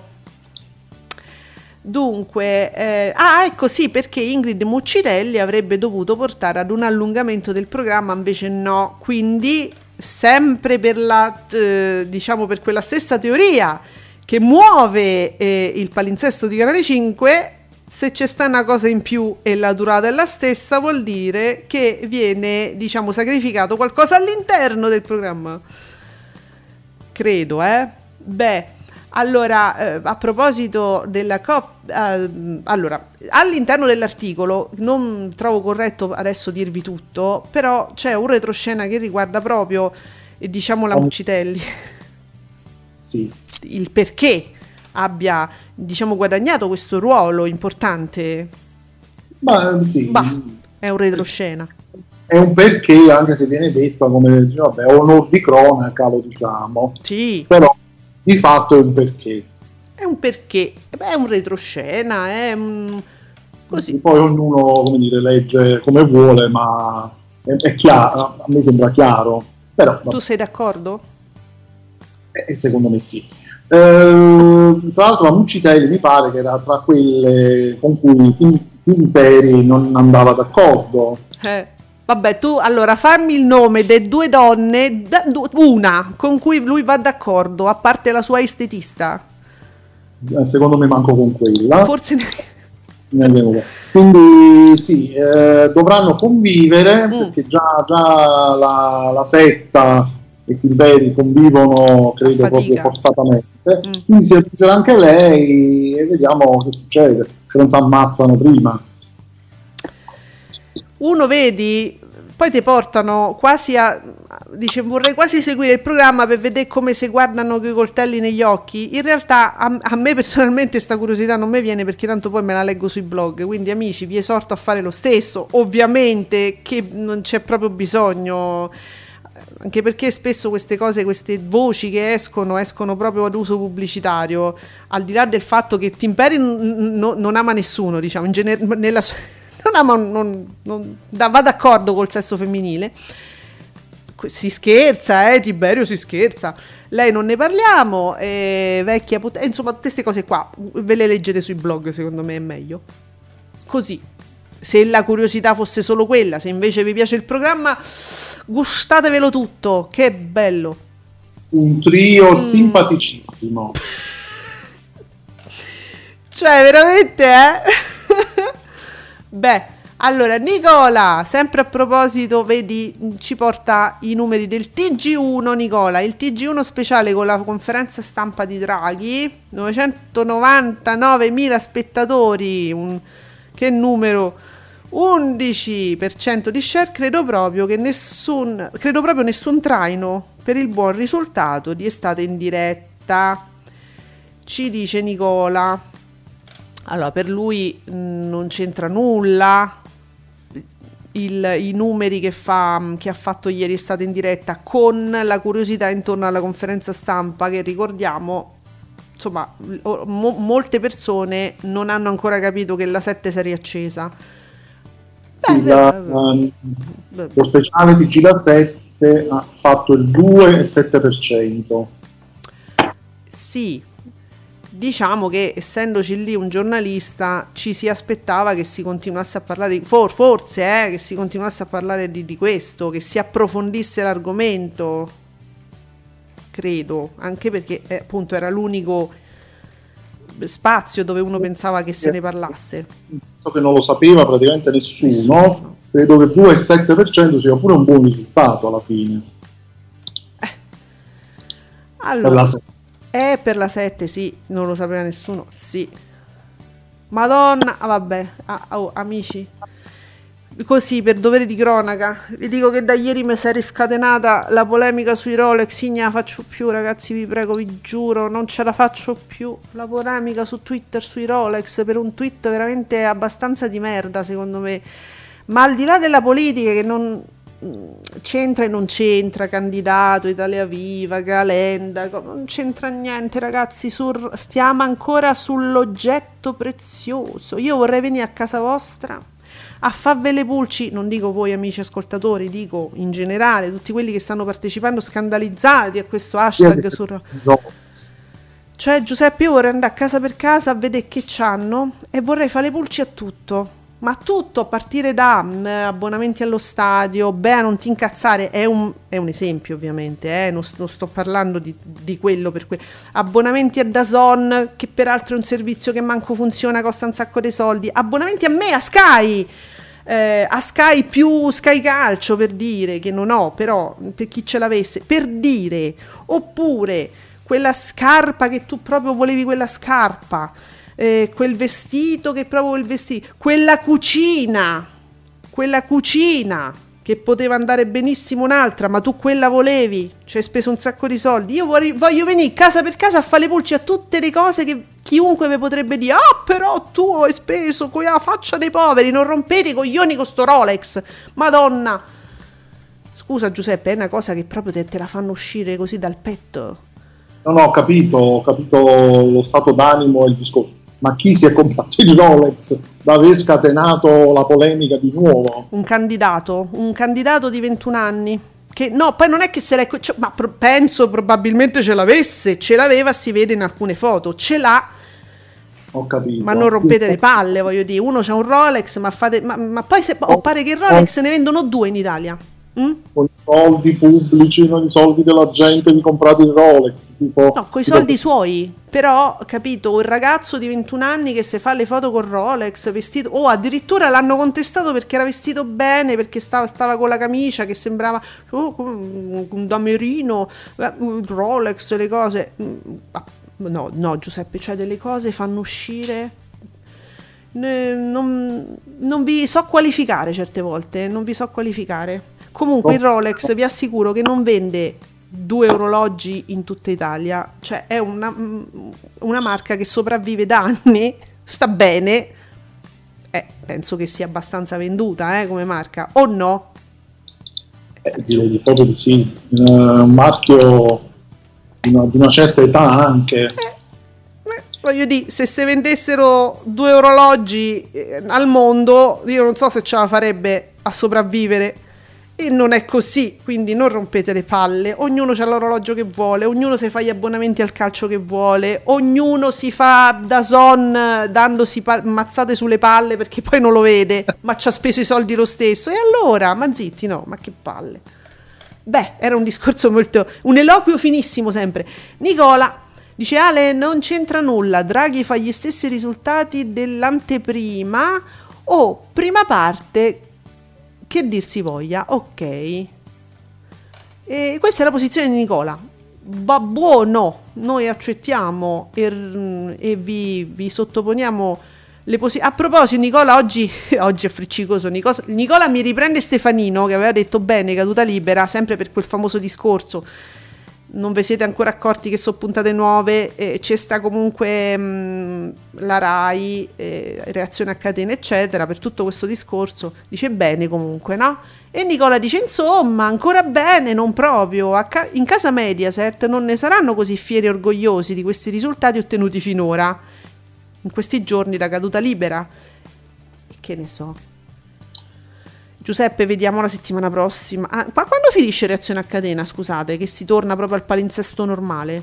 Dunque, ecco sì, perché Ingrid Muccitelli avrebbe dovuto portare ad un allungamento del programma, invece no, quindi sempre per diciamo per quella stessa teoria che muove il palinsesto di Canale 5, se c'è sta una cosa in più e la durata è la stessa, vuol dire che viene, diciamo, sacrificato qualcosa all'interno del programma. Credo, Beh, allora, a proposito della allora, all'interno dell'articolo non trovo corretto adesso dirvi tutto, però c'è un retroscena che riguarda proprio, diciamo, la Muccitelli. Sì. Il perché abbia, diciamo, guadagnato questo ruolo importante. Ma sì. È un retroscena. È un perché, anche se viene detto come, vabbè, onor di cronaca, lo diciamo. Sì. Però di fatto è un perché. È un perché, è un retroscena, così. Sì, poi ognuno, come dire, legge come vuole, ma è chiaro, a me sembra chiaro. Però, tu sei d'accordo? Secondo me sì. Tra l'altro la Muccitelli mi pare che era tra quelle con cui Timperi non andava d'accordo. Vabbè, tu allora fammi il nome delle due donne, una con cui lui va d'accordo, a parte la sua estetista. Secondo me manco con quella. Forse quindi sì, dovranno convivere, perché già la Setta e Timperi convivono, credo, proprio forzatamente. Quindi si aggiungerà anche lei e vediamo che succede, se non si ammazzano prima. Uno, vedi, poi ti portano quasi dice vorrei quasi seguire il programma per vedere come si guardano coi coltelli negli occhi. In realtà a me personalmente sta curiosità non mi viene, perché tanto poi me la leggo sui blog, quindi amici vi esorto a fare lo stesso, ovviamente che non c'è proprio bisogno, anche perché spesso queste cose, queste voci che escono proprio ad uso pubblicitario, al di là del fatto che Timperi non ama nessuno, diciamo, in nella va d'accordo col sesso femminile, si scherza, Tiberio si scherza, lei non ne parliamo, vecchia insomma tutte queste cose qua ve le leggete sui blog, secondo me è meglio così. Se la curiosità fosse solo quella, se invece vi piace il programma, gustatevelo tutto, che bello, un trio simpaticissimo, cioè veramente Beh, Allora, Nicola, sempre a proposito, vedi, ci porta i numeri del TG1, Nicola, il TG1 speciale con la conferenza stampa di Draghi, 999.000 spettatori, che numero, 11% di share, credo proprio nessun traino per il buon risultato di estate in diretta, ci dice Nicola. Allora, per lui non c'entra nulla i numeri che ha fatto ieri estate in diretta con la curiosità intorno alla conferenza stampa, che ricordiamo, insomma, molte persone non hanno ancora capito che la 7 si è riaccesa. Sì, lo speciale TG da 7 ha fatto il 2,7%. Sì, diciamo che essendoci lì un giornalista ci si aspettava che si continuasse a parlare che si continuasse a parlare di questo, che si approfondisse l'argomento, credo, anche perché appunto era l'unico spazio dove uno pensava che se ne parlasse. Visto che non lo sapeva praticamente nessuno, credo che il 2,7% sia pure un buon risultato alla fine. Allora, per la 7 sì, non lo sapeva nessuno, sì. Madonna, vabbè, amici, così per dovere di cronaca vi dico che da ieri mi si è riscatenata la polemica sui Rolex. Io non la faccio più, ragazzi, vi prego, vi giuro, non ce la faccio più, la polemica su Twitter sui Rolex, per un tweet veramente abbastanza di merda secondo me, ma al di là della politica che non c'entra e non c'entra, candidato, Italia Viva, Calenda, non c'entra niente, ragazzi, stiamo ancora sull'oggetto prezioso. Io vorrei venire a casa vostra a farve le pulci, non dico voi amici ascoltatori, dico in generale tutti quelli che stanno partecipando scandalizzati a questo hashtag cioè, Giuseppe, io vorrei andare a casa per casa a vedere che c'hanno e vorrei fare le pulci a tutto, ma tutto, a partire da abbonamenti allo stadio. Beh, non ti incazzare, è un esempio ovviamente, non sto parlando di quello per quello. Abbonamenti a DAZN, che peraltro è un servizio che manco funziona, costa un sacco di soldi. Abbonamenti a me, a Sky più Sky Calcio, per dire, che non ho, però per chi ce l'avesse, per dire. Oppure quella scarpa che tu proprio volevi, quella scarpa, quel vestito che proprio il vestito, quella cucina che poteva andare benissimo un'altra, ma tu quella volevi, ci hai speso un sacco di soldi. Io voglio venire casa per casa a fare le pulci a tutte le cose che chiunque vi potrebbe dire: però tu hai speso con la faccia dei poveri, non rompete i coglioni con sto Rolex, madonna. Scusa Giuseppe, è una cosa che proprio te la fanno uscire così dal petto. No, ho capito lo stato d'animo e il discorso. Ma chi si è comprato il Rolex da aver scatenato la polemica di nuovo? Un candidato di 21 anni. Che no, poi non è che se l'è... ma penso probabilmente ce l'aveva, si vede in alcune foto, ce l'ha. Ho capito. Ma non rompete le palle, voglio dire. Uno c'ha un Rolex, ma poi pare che il Rolex ne vendono 2 in Italia. Con i soldi pubblici, con i soldi della gente vi comprate il Rolex, tipo, no, con i soldi suoi, però, capito, il ragazzo di 21 anni che si fa le foto con Rolex vestito, addirittura l'hanno contestato perché era vestito bene, perché stava con la camicia che sembrava un damerino, Rolex, le cose. No Giuseppe, cioè delle cose fanno uscire. Non vi so qualificare certe volte, non vi so qualificare. Comunque il Rolex vi assicuro che non vende 2 orologi in tutta Italia, cioè è una marca che sopravvive da anni, sta bene, penso che sia abbastanza venduta come marca, o no? Direi di proprio di sì, un marchio di una certa età anche. Voglio dire, se vendessero 2 orologi al mondo, io non so se ce la farebbe a sopravvivere. E non è così, quindi non rompete le palle. Ognuno ha l'orologio che vuole, ognuno si fa gli abbonamenti al calcio che vuole, ognuno si fa DAZN dandosi mazzate sulle palle perché poi non lo vede, ma ci ha speso i soldi lo stesso. E allora, ma zitti, no, ma che palle. Beh, era un discorso un eloquio finissimo sempre. Nicola dice: Ale, non c'entra nulla, Draghi fa gli stessi risultati dell'anteprima prima parte, che dir si voglia, ok. E questa è la posizione di Nicola. Va buono, noi accettiamo e vi sottoponiamo le a proposito, Nicola oggi è friccicoso. Nicola mi riprende Stefanino, che aveva detto bene caduta libera, sempre per quel famoso discorso. Non vi siete ancora accorti che sono puntate nuove, c'è sta comunque la Rai, reazione a catena eccetera, per tutto questo discorso dice bene comunque, no? E Nicola dice insomma ancora bene, non proprio, in casa Mediaset non ne saranno così fieri e orgogliosi di questi risultati ottenuti finora in questi giorni da caduta libera, e che ne so. Giuseppe, vediamo la settimana prossima. Quando finisce reazione a catena, scusate, che si torna proprio al palinsesto normale?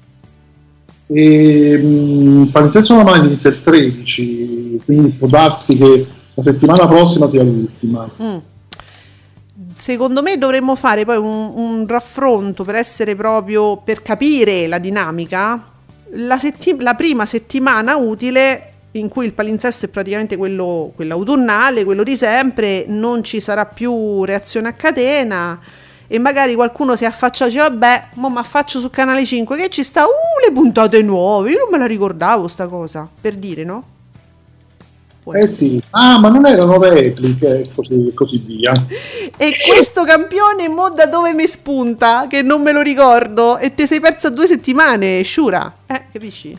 Il palinsesto normale inizia il 13, quindi può darsi che la settimana prossima sia l'ultima. Secondo me dovremmo fare poi un raffronto per capire la dinamica. La prima settimana utile, in cui il palinsesto è praticamente quello autunnale, quello di sempre, non ci sarà più reazione a catena e magari qualcuno si affaccia e dice vabbè, mo mi affaccio su Canale 5 che ci sta le puntate nuove, io non me la ricordavo sta cosa, per dire, no? Sì, ma non erano repliche e così via. E questo campione mo da dove mi spunta, che non me lo ricordo, e te sei persa 2 settimane, Shura, capisci?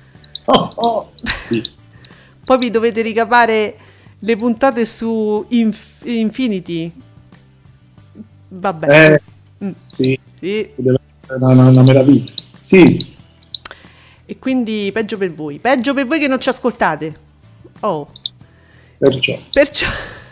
Sì. Poi vi dovete ricapare le puntate su Infinity. Vabbè. Sì. Sì. Una meraviglia. Sì. E quindi peggio per voi che non ci ascoltate. Perciò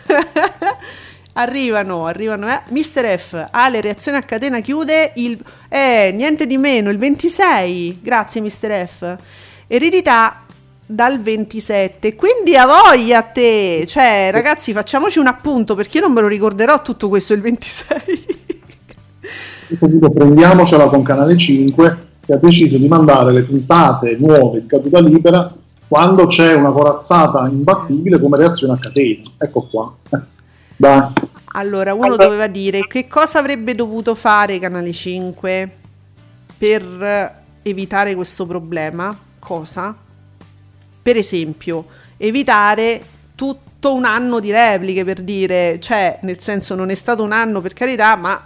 arrivano Mr. F. Ale, reazione a catena chiude niente di meno il 26, grazie Mr. F. Eredità dal 27, quindi a voglia a te, cioè ragazzi facciamoci un appunto perché io non me lo ricorderò tutto questo il 26. Prendiamocela con Canale 5 che ha deciso di mandare le puntate nuove di caduta libera quando c'è una corazzata imbattibile come reazione a catena. Ecco qua. Dai. Allora uno doveva dire che cosa avrebbe dovuto fare Canale 5 per evitare questo problema. Cosa? Per esempio, evitare tutto un anno di repliche, per dire, cioè, nel senso non è stato un anno per carità, ma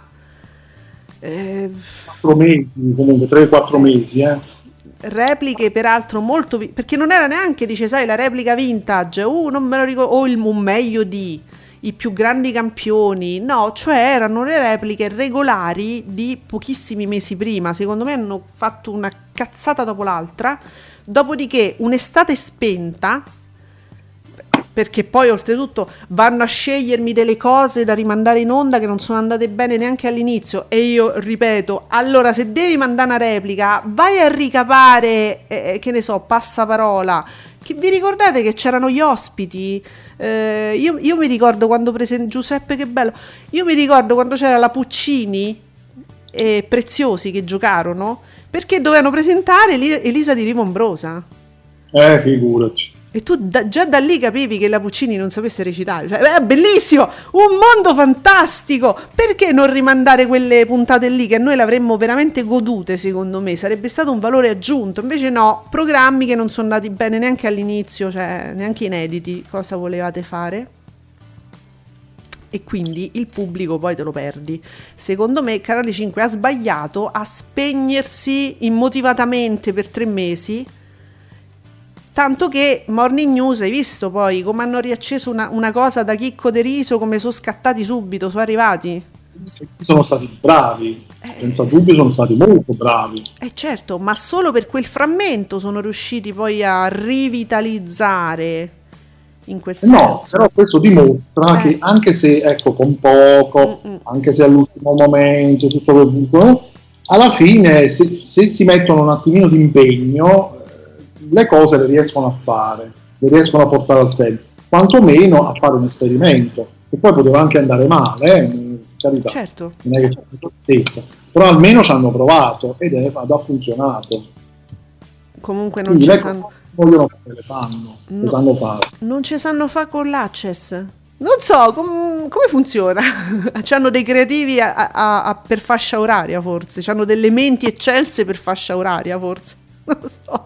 4 mesi, comunque 3-4 mesi, repliche peraltro molto perché non era neanche, dice, sai, la replica vintage, non me lo ricordo, o un meglio di i più grandi campioni, no, cioè erano le repliche regolari di pochissimi mesi prima. Secondo me hanno fatto una cazzata dopo l'altra, dopodiché un'estate spenta, perché poi oltretutto vanno a scegliermi delle cose da rimandare in onda che non sono andate bene neanche all'inizio, e io ripeto, allora se devi mandare una replica vai a ricapare, che ne so, passaparola. Vi ricordate che c'erano gli ospiti? Io mi ricordo quando Giuseppe, che bello, io mi ricordo quando c'era la Puccini e Preziosi che giocarono, perché dovevano presentare Elisa di Rivombrosa. Figurati. E tu già da lì capivi che la Puccini non sapesse recitare, cioè, è bellissimo, un mondo fantastico, perché non rimandare quelle puntate lì che noi l'avremmo veramente godute, secondo me, sarebbe stato un valore aggiunto, invece no, programmi che non sono andati bene neanche all'inizio, cioè neanche inediti, cosa volevate fare? E quindi il pubblico poi te lo perdi. Secondo me Canale 5 ha sbagliato a spegnersi immotivatamente per 3 mesi, tanto che Morning News, hai visto poi come hanno riacceso una cosa da chicco de riso, come sono scattati subito, sono arrivati. Sono stati bravi, senza dubbio sono stati molto bravi. Certo, ma solo per quel frammento sono riusciti poi a rivitalizzare in quel senso. No, però questo dimostra che anche se, ecco, con poco, anche se all'ultimo momento, tutto quel alla fine se si mettono un attimino di impegno, le cose le riescono a fare, le riescono a portare al tempo, quantomeno a fare un esperimento, che poi poteva anche andare male, carità, certo. Non è che c'è tristezza, però almeno ci hanno provato ed ha funzionato. Comunque non ci sanno. vogliono fare, le fanno, le sanno fare. Non ci sanno fare con l'access. Non so come funziona. C'hanno dei creativi per fascia oraria, forse. C'hanno delle menti eccelse per fascia oraria, forse. Non lo so.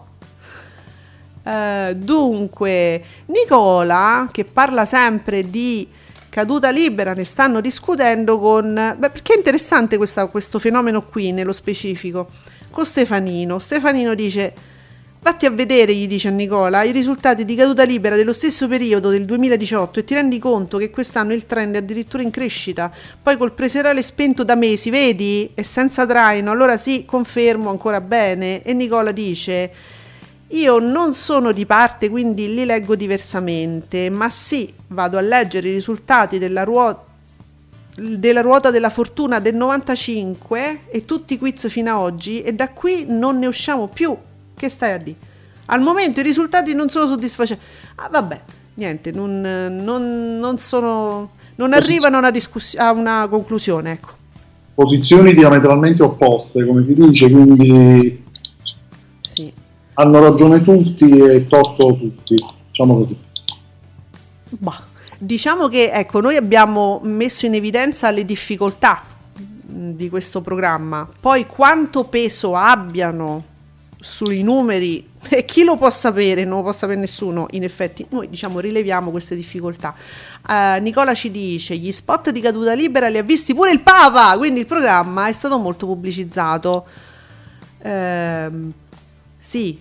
Dunque, Nicola, che parla sempre di caduta libera, ne stanno discutendo con... perché è interessante questo fenomeno qui, nello specifico. Con Stefanino. Stefanino dice... Vatti a vedere, gli dice a Nicola, i risultati di caduta libera dello stesso periodo del 2018 e ti rendi conto che quest'anno il trend è addirittura in crescita. Poi col preserale spento da mesi, vedi? E senza traino, allora sì, confermo ancora bene. E Nicola dice, io non sono di parte, quindi li leggo diversamente, ma sì, vado a leggere i risultati della ruota della fortuna del 95 e tutti i quiz fino ad oggi e da qui non ne usciamo più. Che stai a dire? Al momento i risultati non sono soddisfacenti. Vabbè, niente, non arrivano a una conclusione, ecco. Posizioni diametralmente opposte, come si dice, quindi sì. Hanno ragione tutti e torto tutti, diciamo così. Diciamo che, ecco, noi abbiamo messo in evidenza le difficoltà di questo programma, poi quanto peso abbiano sui numeri e chi lo può sapere, non lo può sapere nessuno. In effetti noi rileviamo queste difficoltà. Nicola ci dice gli spot di caduta libera li ha visti pure il Papa, quindi il programma è stato molto pubblicizzato. Sì,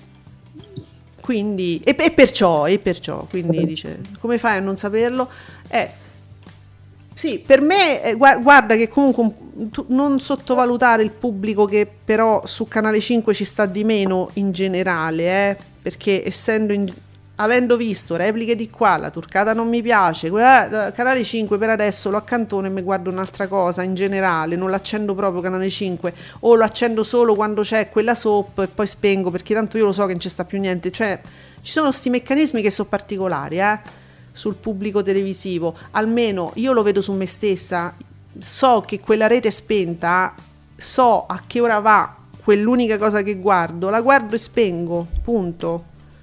quindi e perciò quindi dice come fai a non saperlo? Sì, per me, guarda che comunque non sottovalutare il pubblico che però su Canale 5 ci sta di meno in generale, perché avendo visto repliche di qua, la turcata non mi piace, Canale 5 per adesso lo accantono e mi guardo un'altra cosa in generale, non l'accendo proprio Canale 5 o lo accendo solo quando c'è quella soap e poi spengo perché tanto io lo so che non ci sta più niente, cioè ci sono sti meccanismi che sono particolari, sul pubblico televisivo, almeno io lo vedo su me stessa, so che quella rete è spenta, so a che ora va quell'unica cosa che guardo, la guardo e spengo, punto.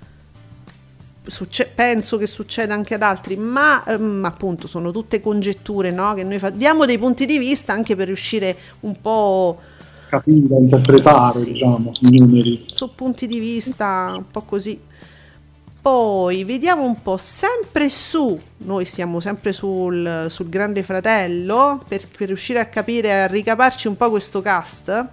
Penso che succeda anche ad altri, ma appunto sono tutte congetture, no? Che noi diamo dei punti di vista anche per riuscire un po' capire, interpretare, sì, diciamo, i numeri. Su punti di vista un po' così. Poi vediamo un po', noi siamo sempre sul Grande Fratello per riuscire a capire, a ricaparci un po' questo cast.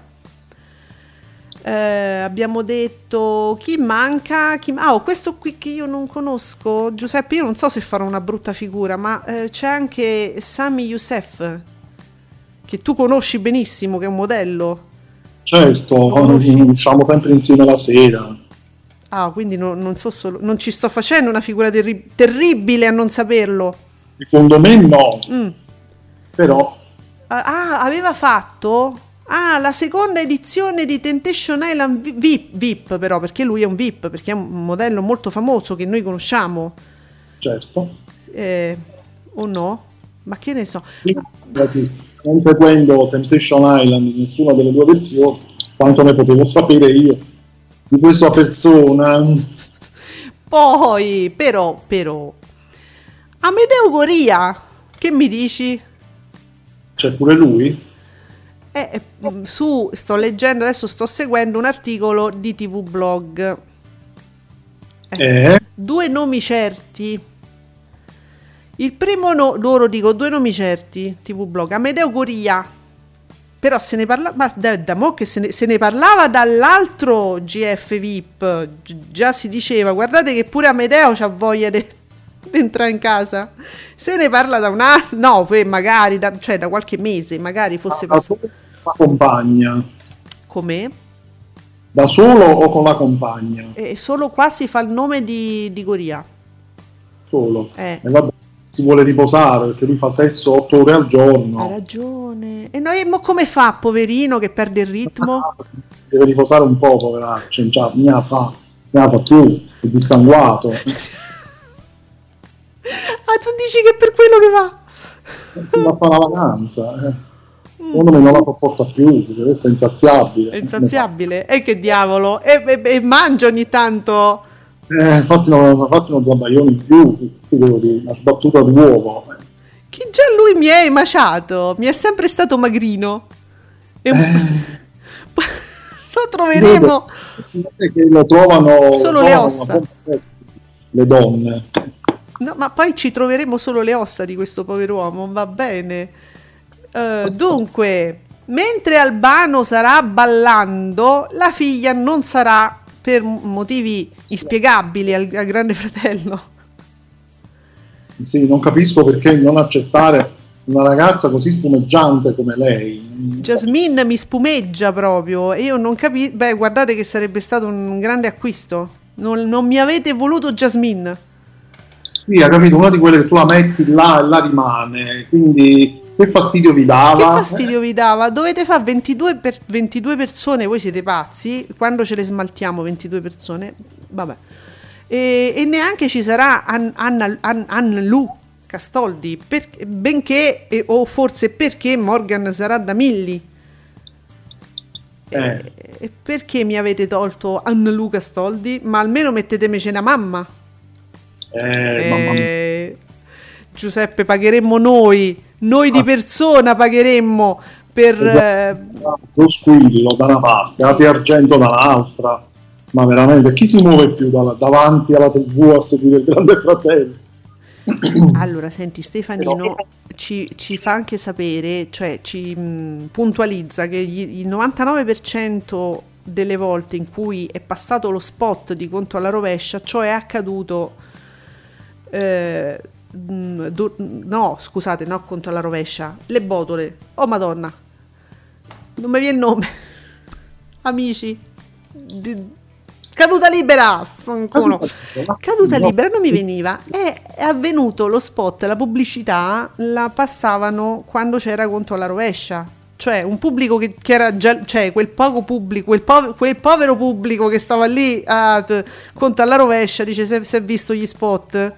Abbiamo detto chi manca, questo qui che io non conosco, Giuseppe, io non so se farò una brutta figura, ma c'è anche Sami Youssef, che tu conosci benissimo, che è un modello. Certo, usciamo sempre insieme la sera. Quindi non ci sto facendo una figura terribile a non saperlo. Secondo me no. Però aveva fatto la seconda edizione di Temptation Island VIP però, perché lui è un VIP, perché è un modello molto famoso che noi conosciamo. Certo. O no? Ma che ne so. Non seguendo Temptation Island in nessuna delle due versioni, quanto ne potevo sapere io di questa persona. Poi però Amedeo Goria, che mi dici? C'è pure lui? Sto leggendo adesso, sto seguendo un articolo di TV Blog. Due nomi certi. Il primo loro dico due nomi certi, TV Blog, Amedeo Goria. Però se ne parla, ma da mo che se ne parlava dall'altro GF VIP, già si diceva, guardate che pure Amedeo c'ha voglia di entrare in casa. Se ne parla da un anno, no, poi magari da qualche mese, magari fosse passato. La compagna. Com'è? Da solo o con la compagna? Solo qua si fa il nome di Goria. Solo. Vabbè, si vuole riposare perché lui fa 6-8 ore al giorno. Hai ragione. E noi come fa, poverino, che perde il ritmo? Si deve riposare un po', poveraccio, ne ha fa più, è dissanguato. Tu dici che è per quello che va? Si va a fare una vacanza, Secondo me non la sopporta più, perché resta insaziabile. È insaziabile? E che diavolo? E mangia ogni tanto? Fatti uno zabaione in più, una sbattuta d'uovo. Che già lui mi è emaciato, mi è sempre stato magrino. Lo troveremo. Che lo trovano solo le ossa. Le donne. No, ma poi ci troveremo solo le ossa di questo pover'uomo, va bene. Dunque, mentre Albano sarà ballando, la figlia non sarà, per motivi inspiegabili al Grande Fratello. Sì, non capisco perché non accettare una ragazza così spumeggiante come lei. Jasmine mi spumeggia proprio e io non capisco. Beh, guardate che sarebbe stato un grande acquisto. Non mi avete voluto Jasmine. Sì, ha capito, una di quelle che tu la metti là e là rimane, quindi che fastidio vi dava? Che fastidio vi dava? Dovete fare 22 persone, voi siete pazzi, quando ce le smaltiamo 22 persone, vabbè. E neanche ci sarà Anna Lu Castoldi, benché, o forse perché Morgan sarà da Milli. E perché mi avete tolto Anna Lu Castoldi? Ma almeno mettetemeci una mamma. Mamma mia. Giuseppe, pagheremmo noi di persona pagheremmo per lo squillo da una parte, Asia Argento dall'altra. Ma veramente chi si muove più davanti alla TV a seguire il Grande Fratello? Allora, senti, Stefanino ci fa anche sapere, cioè ci puntualizza che il 99% delle volte in cui è passato lo spot di Conto alla rovescia, ciò è accaduto no, scusate, no, Conto alla rovescia, le botole, oh madonna, non mi viene il nome, amici, caduta libera, caduta libera non mi veniva, è avvenuto lo spot, la pubblicità la passavano quando c'era Conto alla rovescia, cioè un pubblico che era già, cioè quel poco pubblico, quel povero pubblico che stava lì a Conto alla rovescia, dice se è visto gli spot.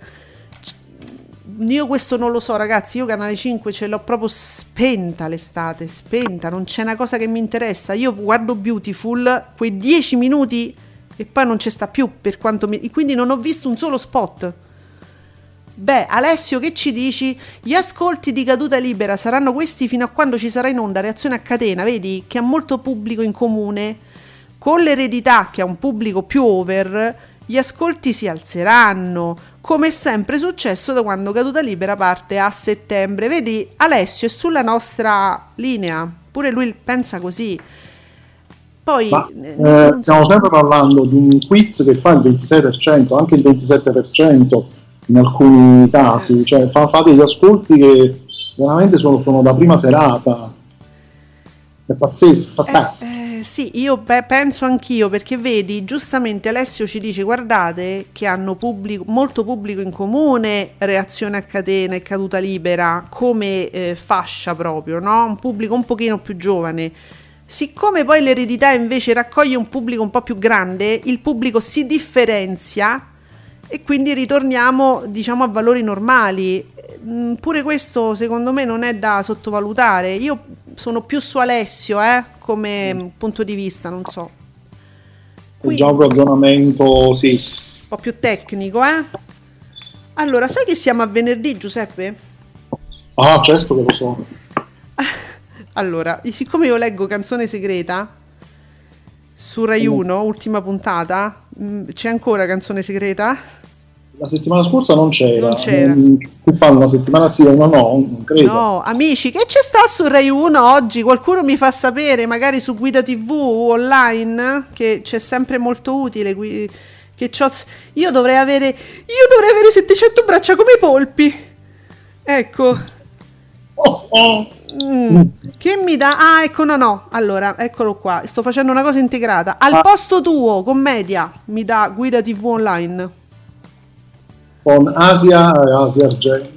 Io questo non lo so, ragazzi, io Canale 5 ce l'ho proprio spenta l'estate, spenta, non c'è una cosa che mi interessa, io guardo Beautiful quei 10 minuti e poi non ci sta più, per quanto quindi non ho visto un solo spot. Beh, Alessio, che ci dici? Gli ascolti di Caduta Libera saranno questi fino a quando ci sarà in onda Reazione a Catena, vedi che ha molto pubblico in comune con l'Eredità, che ha un pubblico più over. Gli ascolti si alzeranno, come è sempre successo da quando Caduta Libera parte a settembre. Vedi, Alessio è sulla nostra linea, pure lui pensa così. Poi stiamo sempre parlando di un quiz che fa il 26%, anche il 27% in alcuni casi, cioè fa degli ascolti che veramente sono da prima serata. È pazzesco. Sì, io penso anch'io, perché vedi, giustamente Alessio ci dice guardate che hanno molto pubblico in comune Reazione a Catena e Caduta Libera come fascia proprio, no? Un pubblico un pochino più giovane. Siccome poi l'Eredità invece raccoglie un pubblico un po' più grande, il pubblico si differenzia e quindi ritorniamo, diciamo, a valori normali. Pure questo secondo me non è da sottovalutare. Io sono più su Alessio come punto di vista, non so. È già un ragionamento, sì, un po' più tecnico, Allora, sai che siamo a venerdì, Giuseppe? Ah, certo che lo so. Allora, siccome io leggo Canzone Segreta su Rai 1, ultima puntata, c'è ancora Canzone Segreta? La settimana scorsa non c'era. Non c'era. Che fanno una settimana sì e una no? Non credo. No, amici, che c'è sta su Rai 1 oggi? Qualcuno mi fa sapere, magari su Guida TV online, che c'è sempre molto utile. Che io dovrei avere 700 braccia come i polpi. Ecco. Che mi dà? Ah, ecco, no. Allora, eccolo qua. Sto facendo una cosa integrata. Al posto tuo, commedia, mi dà Guida TV online. Con Asia Argento,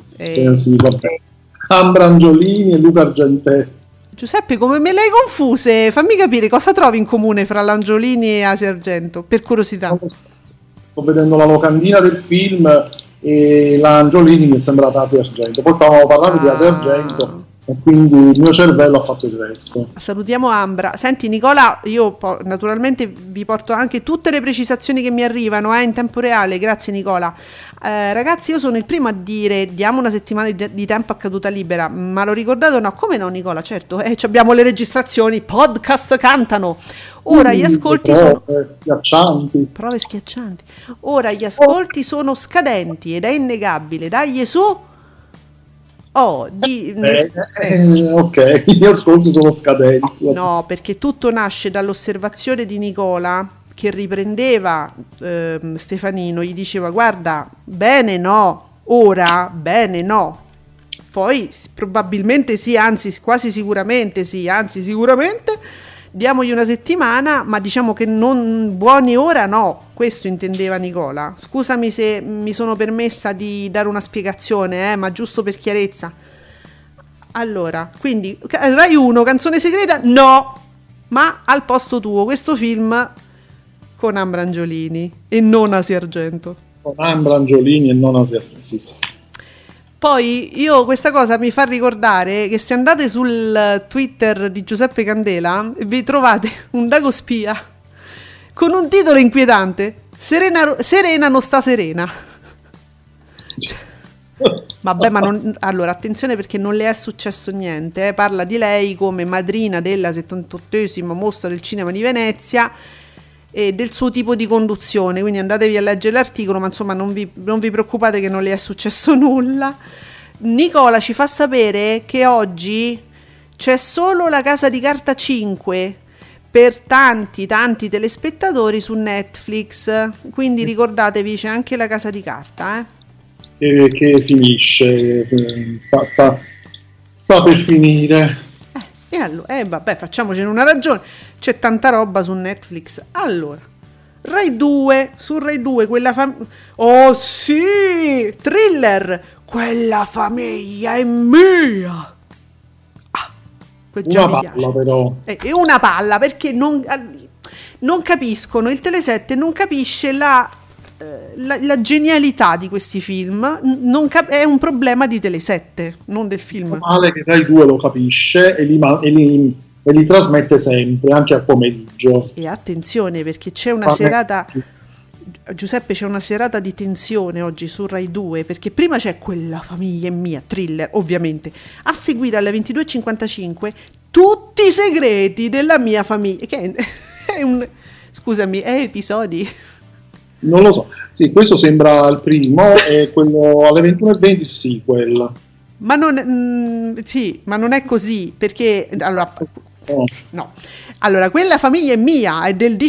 Ambra Angiolini e Luca Argentè. Giuseppe, come me le hai confuse? Fammi capire cosa trovi in comune fra l'Angiolini e Asia Argento, per curiosità. Sto vedendo la locandina del film e la Angiolini mi è sembrata Asia Argento. Poi stavamo parlando di Asia Argento e quindi il mio cervello ha fatto il resto. Salutiamo Ambra. Senti Nicola, io naturalmente vi porto anche tutte le precisazioni che mi arrivano in tempo reale, grazie Nicola. Ragazzi, io sono il primo a dire diamo una settimana di tempo a Caduta Libera, ma l'ho ricordato? No, come no Nicola? Certo, abbiamo le registrazioni, podcast cantano. Ora gli ascolti sono schiaccianti. Prove schiaccianti. Ora gli ascolti sono scadenti ed è innegabile. Dai su. Ok, gli ascolti sono scadenti. No, perché tutto nasce dall'osservazione di Nicola che riprendeva Stefanino, gli diceva guarda, bene no, ora bene no. Poi probabilmente sì, anzi quasi sicuramente sì, anzi sicuramente diamogli una settimana, ma diciamo che non buoni ora no, questo intendeva Nicola. Scusami se mi sono permessa di dare una spiegazione, ma giusto per chiarezza. Allora, quindi Rai 1, Canzone segreta, no, ma al posto tuo questo film con Ambra Angiolini e non Asia Argento. Con Ambra Angiolini e non Asia Argento, sì. Poi io questa cosa mi fa ricordare che se andate sul Twitter di Giuseppe Candela vi trovate un Dago Spia con un titolo inquietante: Serena non sta serena. Vabbè, ma allora attenzione, perché non le è successo niente, parla di lei come madrina della 78esima mostra del cinema di Venezia e del suo tipo di conduzione, quindi andatevi a leggere l'articolo, ma insomma non vi preoccupate che non le è successo nulla. Nicola ci fa sapere che oggi c'è solo La Casa di Carta 5 per tanti telespettatori su Netflix, quindi ricordatevi c'è anche La Casa di Carta che finisce, sta per finire. E allora, vabbè, facciamocene una ragione. C'è tanta roba su Netflix. Allora, Rai 2, su Rai 2, oh sì, Thriller, Quella famiglia è mia. Una palla però. È una palla, perché non capiscono, il Tele7 non capisce la genialità di questi film, è un problema di Tele7, non del film. Male che Rai 2 lo capisce e li trasmette sempre, anche a pomeriggio. E attenzione, perché c'è una serata, Giuseppe, c'è una serata di tensione oggi su Rai 2, perché prima c'è Quella famiglia è mia, Thriller, ovviamente, a seguire alle 22.55 Tutti i segreti della mia famiglia, che scusami, è episodi? Non lo so, sì, questo sembra il primo e quello alle 21.20 il sequel. Ma non è così, perché no. Allora, Quella famiglia è mia è del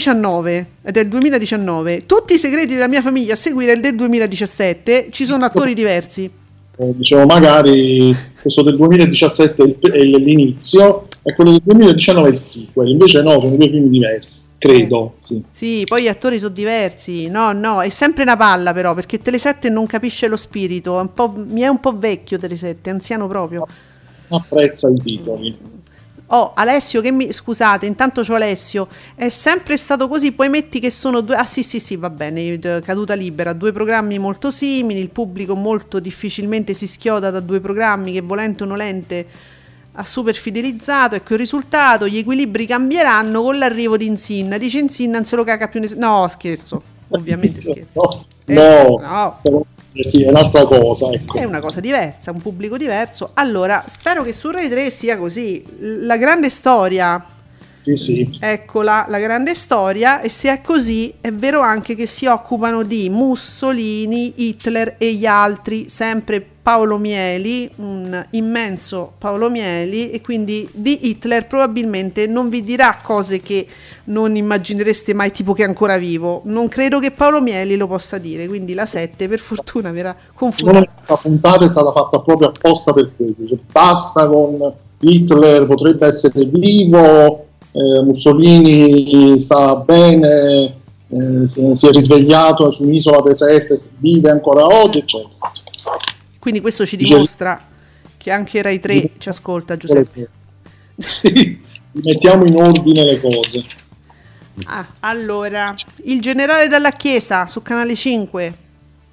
2019. Tutti i segreti della mia famiglia a seguire è del 2017. Ci sono attori diversi. Dicevo, magari questo del 2017 è l'inizio e quello del 2019 è il sequel. Invece no, sono due film diversi. Credo, sì. Sì, poi gli attori sono diversi. No, è sempre una palla però, perché Tele7 non capisce lo spirito. Mi è un po' vecchio Tele7, anziano proprio. Apprezza i titoli. Oh, Alessio, scusate, intanto c'ho Alessio. È sempre stato così, poi metti che sono due. Ah sì, va bene, Caduta Libera, due programmi molto simili, il pubblico molto difficilmente si schioda da due programmi che volente o nolente ha super fidelizzato. Ecco il risultato: gli equilibri cambieranno con l'arrivo di Insinna. Dice Insinna non se lo caga più nessuno. No, scherzo, ovviamente scherzo. No. Sì, è un'altra cosa, ecco. È una cosa diversa, un pubblico diverso. Allora, spero che su Rai 3 sia così. La grande storia. Sì. Eccola, la grande storia. E se è così, è vero anche che si occupano di Mussolini, Hitler e gli altri, sempre Paolo Mieli, un immenso Paolo Mieli, e quindi di Hitler probabilmente non vi dirà cose che non immaginereste mai, tipo che è ancora vivo. Non credo che Paolo Mieli lo possa dire, quindi la 7 per fortuna verrà confusa. La puntata è stata fatta proprio apposta per questo, cioè, basta con Hitler, potrebbe essere vivo, Mussolini sta bene, si è risvegliato su un'isola deserta, vive ancora oggi, eccetera. Quindi questo ci dimostra che anche Rai 3 ci ascolta, Giuseppe. Sì, mettiamo in ordine le cose. Allora, Il generale dalla Chiesa su Canale 5.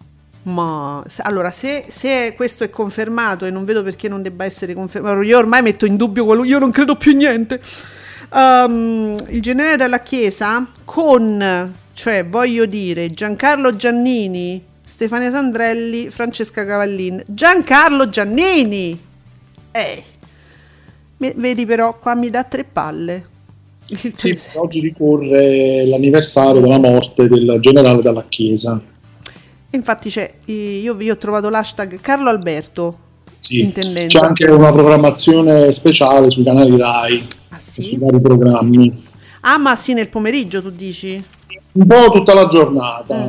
Ma allora, se questo è confermato, e non vedo perché non debba essere confermato, io ormai metto in dubbio io non credo più niente. Il generale della Chiesa cioè voglio dire Giancarlo Giannini, Stefania Sandrelli, Francesca Cavallin. Giancarlo Giannini! Vedi, però qua mi dà 3 palle. Sì, oggi ricorre l'anniversario della morte del generale della Chiesa. Infatti io ho trovato l'hashtag Carlo Alberto, sì, in tendenza. C'è anche una programmazione speciale sui canali Rai, sui vari programmi. Ah, ma sì, nel pomeriggio tu dici? Un po' tutta la giornata.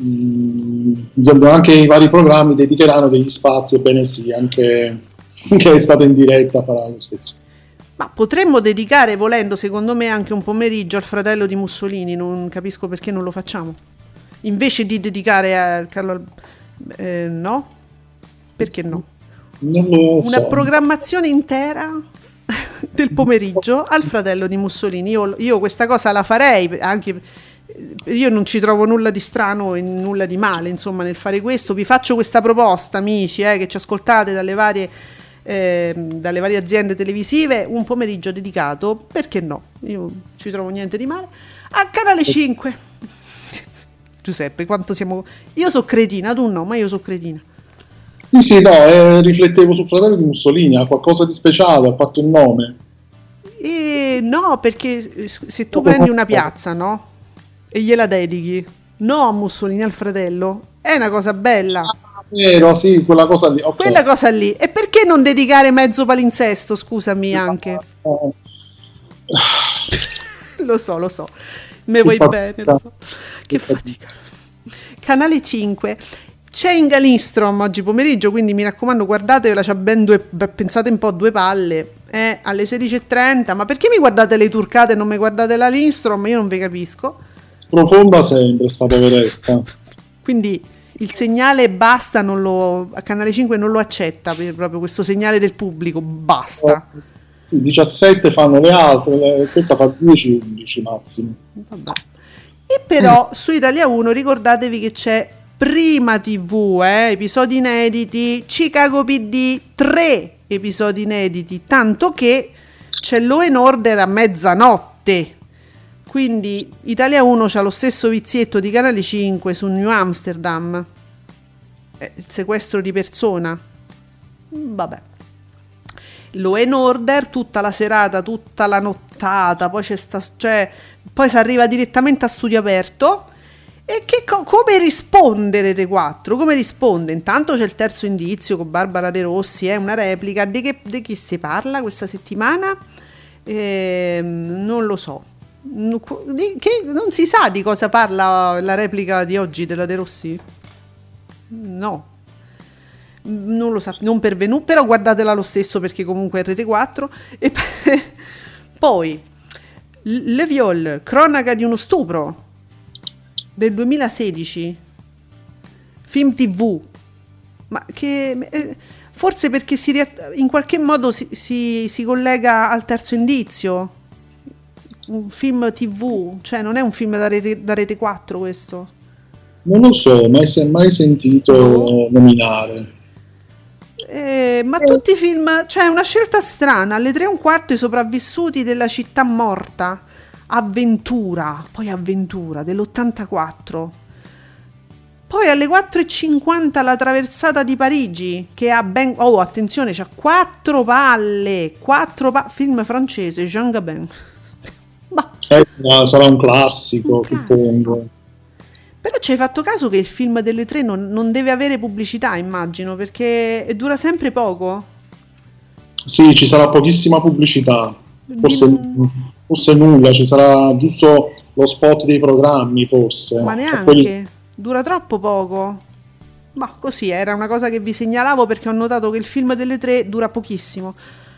Anche i vari programmi dedicheranno degli spazi, ebbene sì, anche è stata in diretta farà lo stesso. Ma potremmo dedicare, volendo, secondo me, anche un pomeriggio al fratello di Mussolini, non capisco perché non lo facciamo. Invece di dedicare a Carlo no? Perché no? Non lo so. Una programmazione intera del pomeriggio al fratello di Mussolini. Io questa cosa la farei, anche io non ci trovo nulla di strano e nulla di male, insomma, nel fare questo. Vi faccio questa proposta, amici, che ci ascoltate dalle varie aziende televisive, un pomeriggio dedicato, perché no? Io non ci trovo niente di male, a Canale 5. Giuseppe, quanto siamo... Io so cretina, tu no, ma io so cretina. Sì, no, riflettevo sul fratello di Mussolini, ha qualcosa di speciale, ha fatto un nome. No, perché se tu prendi una piazza, no? E gliela dedichi, no a Mussolini, al fratello, è una cosa bella. Vero, sì, quella cosa lì. Okay. Quella cosa lì. E perché non dedicare mezzo palinsesto, scusami, anche? Lo so. Me vuoi bene, lo so. Che fatica. Canale 5. C'è Inga Lindstrom oggi pomeriggio, quindi mi raccomando, guardatevela, c'ha ben pensate un po', 2 palle, alle 16:30. Ma perché mi guardate le turcate e non mi guardate la Lindstrom? Io non vi capisco. Sprofonda sempre sta poveretta. Quindi il segnale basta, a Canale 5 non lo accetta, proprio questo segnale del pubblico, basta. 17 fanno le altre, questa fa 10-11 massimo. Vabbè. E però su Italia 1 ricordatevi che c'è Prima TV, episodi inediti, Chicago PD, 3 episodi inediti, tanto che c'è Law & Order a mezzanotte. Quindi Italia 1 c'ha lo stesso vizietto di Canale 5 su New Amsterdam, il sequestro di persona. Vabbè. Law & Order tutta la serata, tutta la nottata, poi poi si arriva direttamente a Studio Aperto. E come risponde Rete 4? Come risponde? Intanto c'è il terzo indizio con Barbara De Rossi, una replica. Di chi si parla questa settimana? Non lo so. Non si sa di cosa parla la replica di oggi della De Rossi? No. Non lo so, non pervenuto, però guardatela lo stesso perché comunque è Rete 4. E poi Le Viol, cronaca di uno stupro del 2016, film TV, ma che forse perché in qualche modo si collega al terzo indizio, un film TV, cioè non è un film da Rete 4 questo? Non lo so, mai sentito nominare. Ma tutti i film, cioè una scelta strana. Alle 3:15 i sopravvissuti della città morta, Avventura dell'84, poi alle 4:50 la traversata di Parigi, che ha attenzione, c'ha 4 palle, film francese, Jean Gabin. Sarà un classico, suppongo. Però ci hai fatto caso che il film delle 3 non deve avere pubblicità, immagino, perché dura sempre poco? Sì, ci sarà pochissima pubblicità, forse nulla, ci sarà giusto lo spot dei programmi, forse. Ma neanche, dura troppo poco. Ma così, era una cosa che vi segnalavo perché ho notato che il film delle 3 dura pochissimo.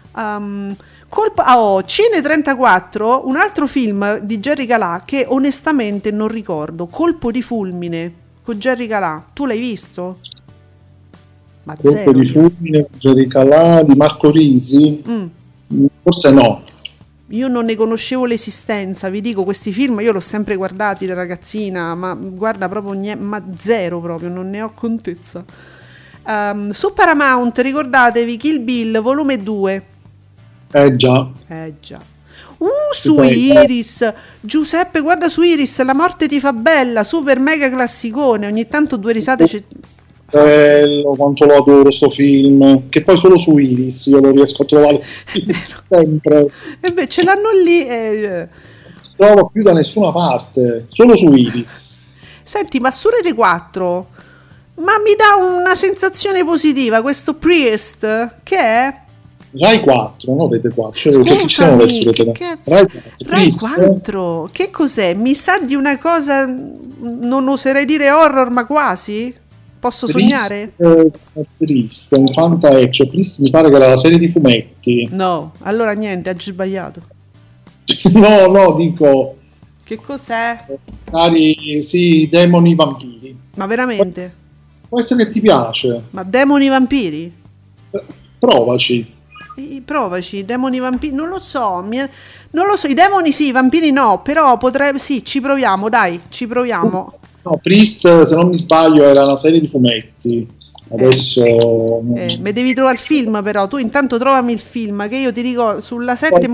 Cine 34, un altro film di Jerry Calà che onestamente non ricordo, Colpo di fulmine con Jerry Calà, tu l'hai visto? Ma Colpo zero. di fulmine con Jerry Calà di Marco Risi? Forse no. io non ne conoscevo l'esistenza, vi dico, questi film io l'ho sempre guardati da ragazzina, ma guarda proprio ma zero proprio, non ne ho contezza. Su Paramount ricordatevi Kill Bill volume 2. Già. Su Iris, Giuseppe, guarda su Iris, La morte ti fa bella, super mega classicone, ogni tanto due risate bello, quanto lo adoro sto film, che poi solo su Iris io lo riesco a trovare sempre, e beh, ce l'hanno lì non si trova più da nessuna parte, solo su Iris. Senti, ma su Rete 4 ma mi dà una sensazione positiva questo Priest, che è Rai 4, no Rete 4. Scusami, Rai 4, che cos'è? Mi sa di una cosa, non oserei dire horror, ma quasi? Posso sognare? Priest, un fanta action. Priest mi pare che era la serie di fumetti. No, allora niente, hai sbagliato. no, dico... Che cos'è? Sì, demoni vampiri. Ma veramente? Può essere che ti piace. Ma demoni vampiri? Provaci. Provaci, demoni vampiri, non lo so, i demoni sì, i vampiri no, però potrebbe, sì, ci proviamo, dai, ci proviamo. No, Priest, se non mi sbaglio, era una serie di fumetti, adesso... mi devi trovare il film però, tu intanto trovami il film, che io ti dico, sulla 7...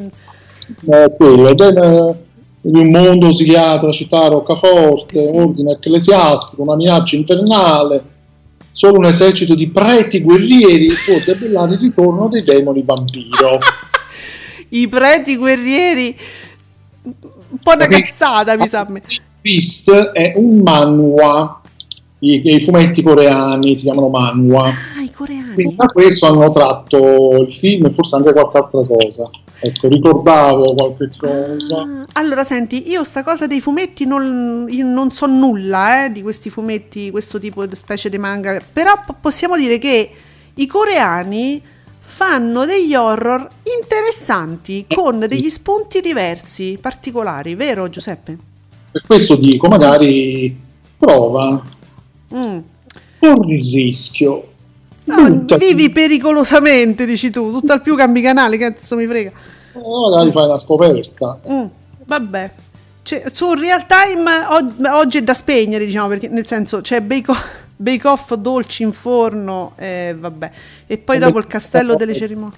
quello, di un mondo osiliato, una città roccaforte, sì. Ordine ecclesiastico, una minaccia infernale. Solo un esercito di preti guerrieri può debellare il ritorno dei demoni vampiro. I preti guerrieri, un po' una cazzata mi sa. Beast è un manhwa, i fumetti coreani si chiamano manhwa. I coreani. Quindi da questo hanno tratto il film e forse anche qualche altra cosa. Ecco, ricordavo qualche cosa. Allora, senti, io sta cosa dei fumetti io non so nulla di questi fumetti, questo tipo di specie di manga, però possiamo dire che i coreani fanno degli horror interessanti, con degli spunti diversi, particolari, vero Giuseppe? Per questo dico, magari prova, corri il rischio. No, vivi pericolosamente, dici tu, tutt'al più cambi canale, cazzo mi frega. Magari fai una scoperta. Vabbè, su Real Time oggi è da spegnere, diciamo, perché nel senso c'è Bake Off dolci in forno, vabbè, e poi dopo il castello delle cerimonie.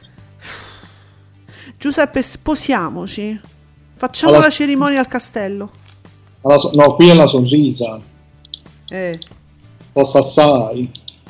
Giuseppe, sposiamoci, facciamo la cerimonia al castello. No, qui è la Sonrisa. Costa assai.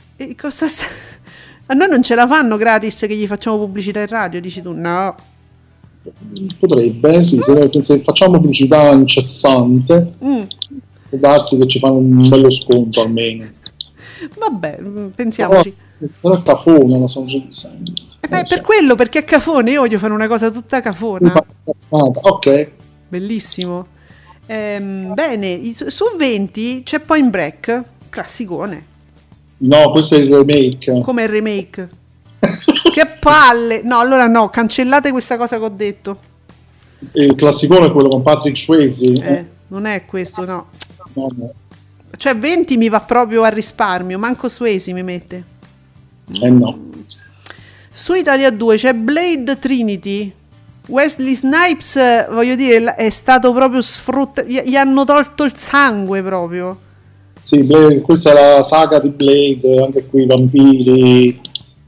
A noi non ce la fanno gratis che gli facciamo pubblicità in radio, dici tu? No. Potrebbe, sì, se facciamo pubblicità incessante, può darsi che ci fanno un bello sconto almeno. Vabbè, pensiamoci. Però è cafona la Sonrisa. Per quello, perché è cafone, io voglio fare una cosa tutta cafona. Ok. Bellissimo. Bene, su 20 c'è Point Break, classicone. No, questo è il remake. Come il remake? Che palle! No, allora no, cancellate questa cosa che ho detto. Il classicone è quello con Patrick Swayze. Non è questo, no. No. Cioè 20 mi va proprio a risparmio, manco Swayze mi mette. No. Su Italia 2 c'è Blade Trinity. Wesley Snipes, voglio dire, è stato proprio sfruttato, gli hanno tolto il sangue proprio. Sì, questa è la saga di Blade, anche qui vampiri,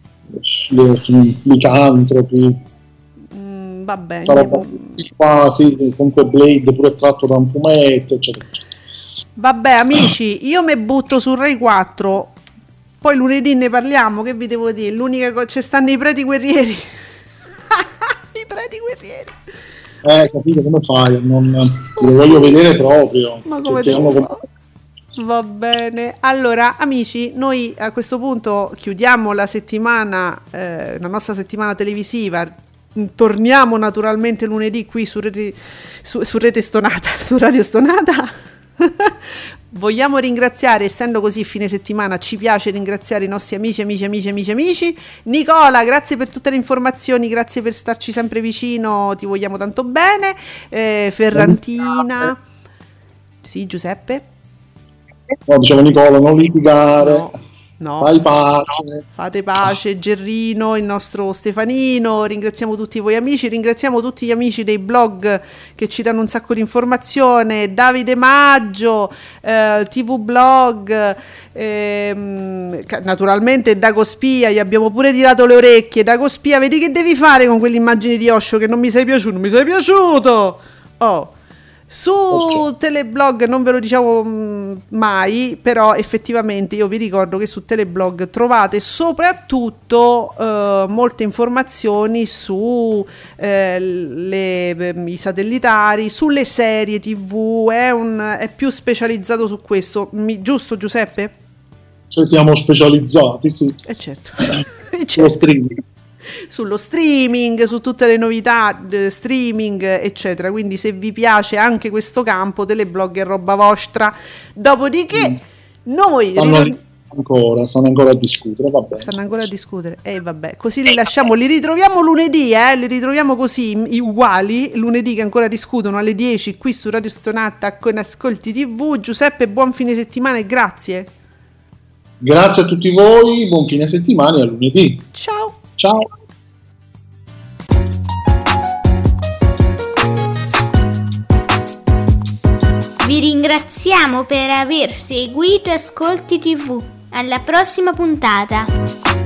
licantropi. Va bene. Qua sì, comunque Blade pure tratto da un fumetto, eccetera. Vabbè amici, io mi butto su Rai 4, poi lunedì ne parliamo, che vi devo dire, l'unica cosa, ci stanno i preti guerrieri. I preti guerrieri. Capito come fai? Lo voglio vedere proprio. Ma come Va bene, allora amici, noi a questo punto chiudiamo la settimana, la nostra settimana televisiva, torniamo naturalmente lunedì qui su Rete Stonata, su Radio Stonata. Vogliamo ringraziare, essendo così fine settimana, ci piace ringraziare i nostri amici. Nicola, grazie per tutte le informazioni, grazie per starci sempre vicino, ti vogliamo tanto bene. Ferrantina, sì, Giuseppe. No, dicevo Nicola, non litigare. No. Fai pace. Fate pace, Gerrino, il nostro Stefanino, ringraziamo tutti voi amici, ringraziamo tutti gli amici dei blog che ci danno un sacco di informazione, Davide Maggio, TV Blog, naturalmente Dago Spia, gli abbiamo pure tirato le orecchie. Dago Spia, vedi che devi fare con quell'immagine di Osho che non mi sei piaciuto, oh. Su Teleblog non ve lo diciamo mai, però effettivamente io vi ricordo che su Teleblog trovate soprattutto molte informazioni su i satellitari, sulle serie TV, è più specializzato su questo, giusto Giuseppe? Cioè siamo specializzati, sì. Certo. Sullo streaming. Sullo streaming, su tutte le novità streaming eccetera, quindi se vi piace anche questo campo, Teleblog è roba vostra. Dopodiché noi stanno ancora a discutere, va bene. Stanno ancora a discutere, vabbè, così li lasciamo, li ritroviamo lunedì, li ritroviamo così uguali lunedì che ancora discutono alle 10 qui su Radio Stonata con Ascolti TV. Giuseppe, buon fine settimana e grazie. Grazie a tutti voi, buon fine settimana e a lunedì. Ciao. Ciao. Vi ringraziamo per aver seguito Ascolti TV. Alla prossima puntata.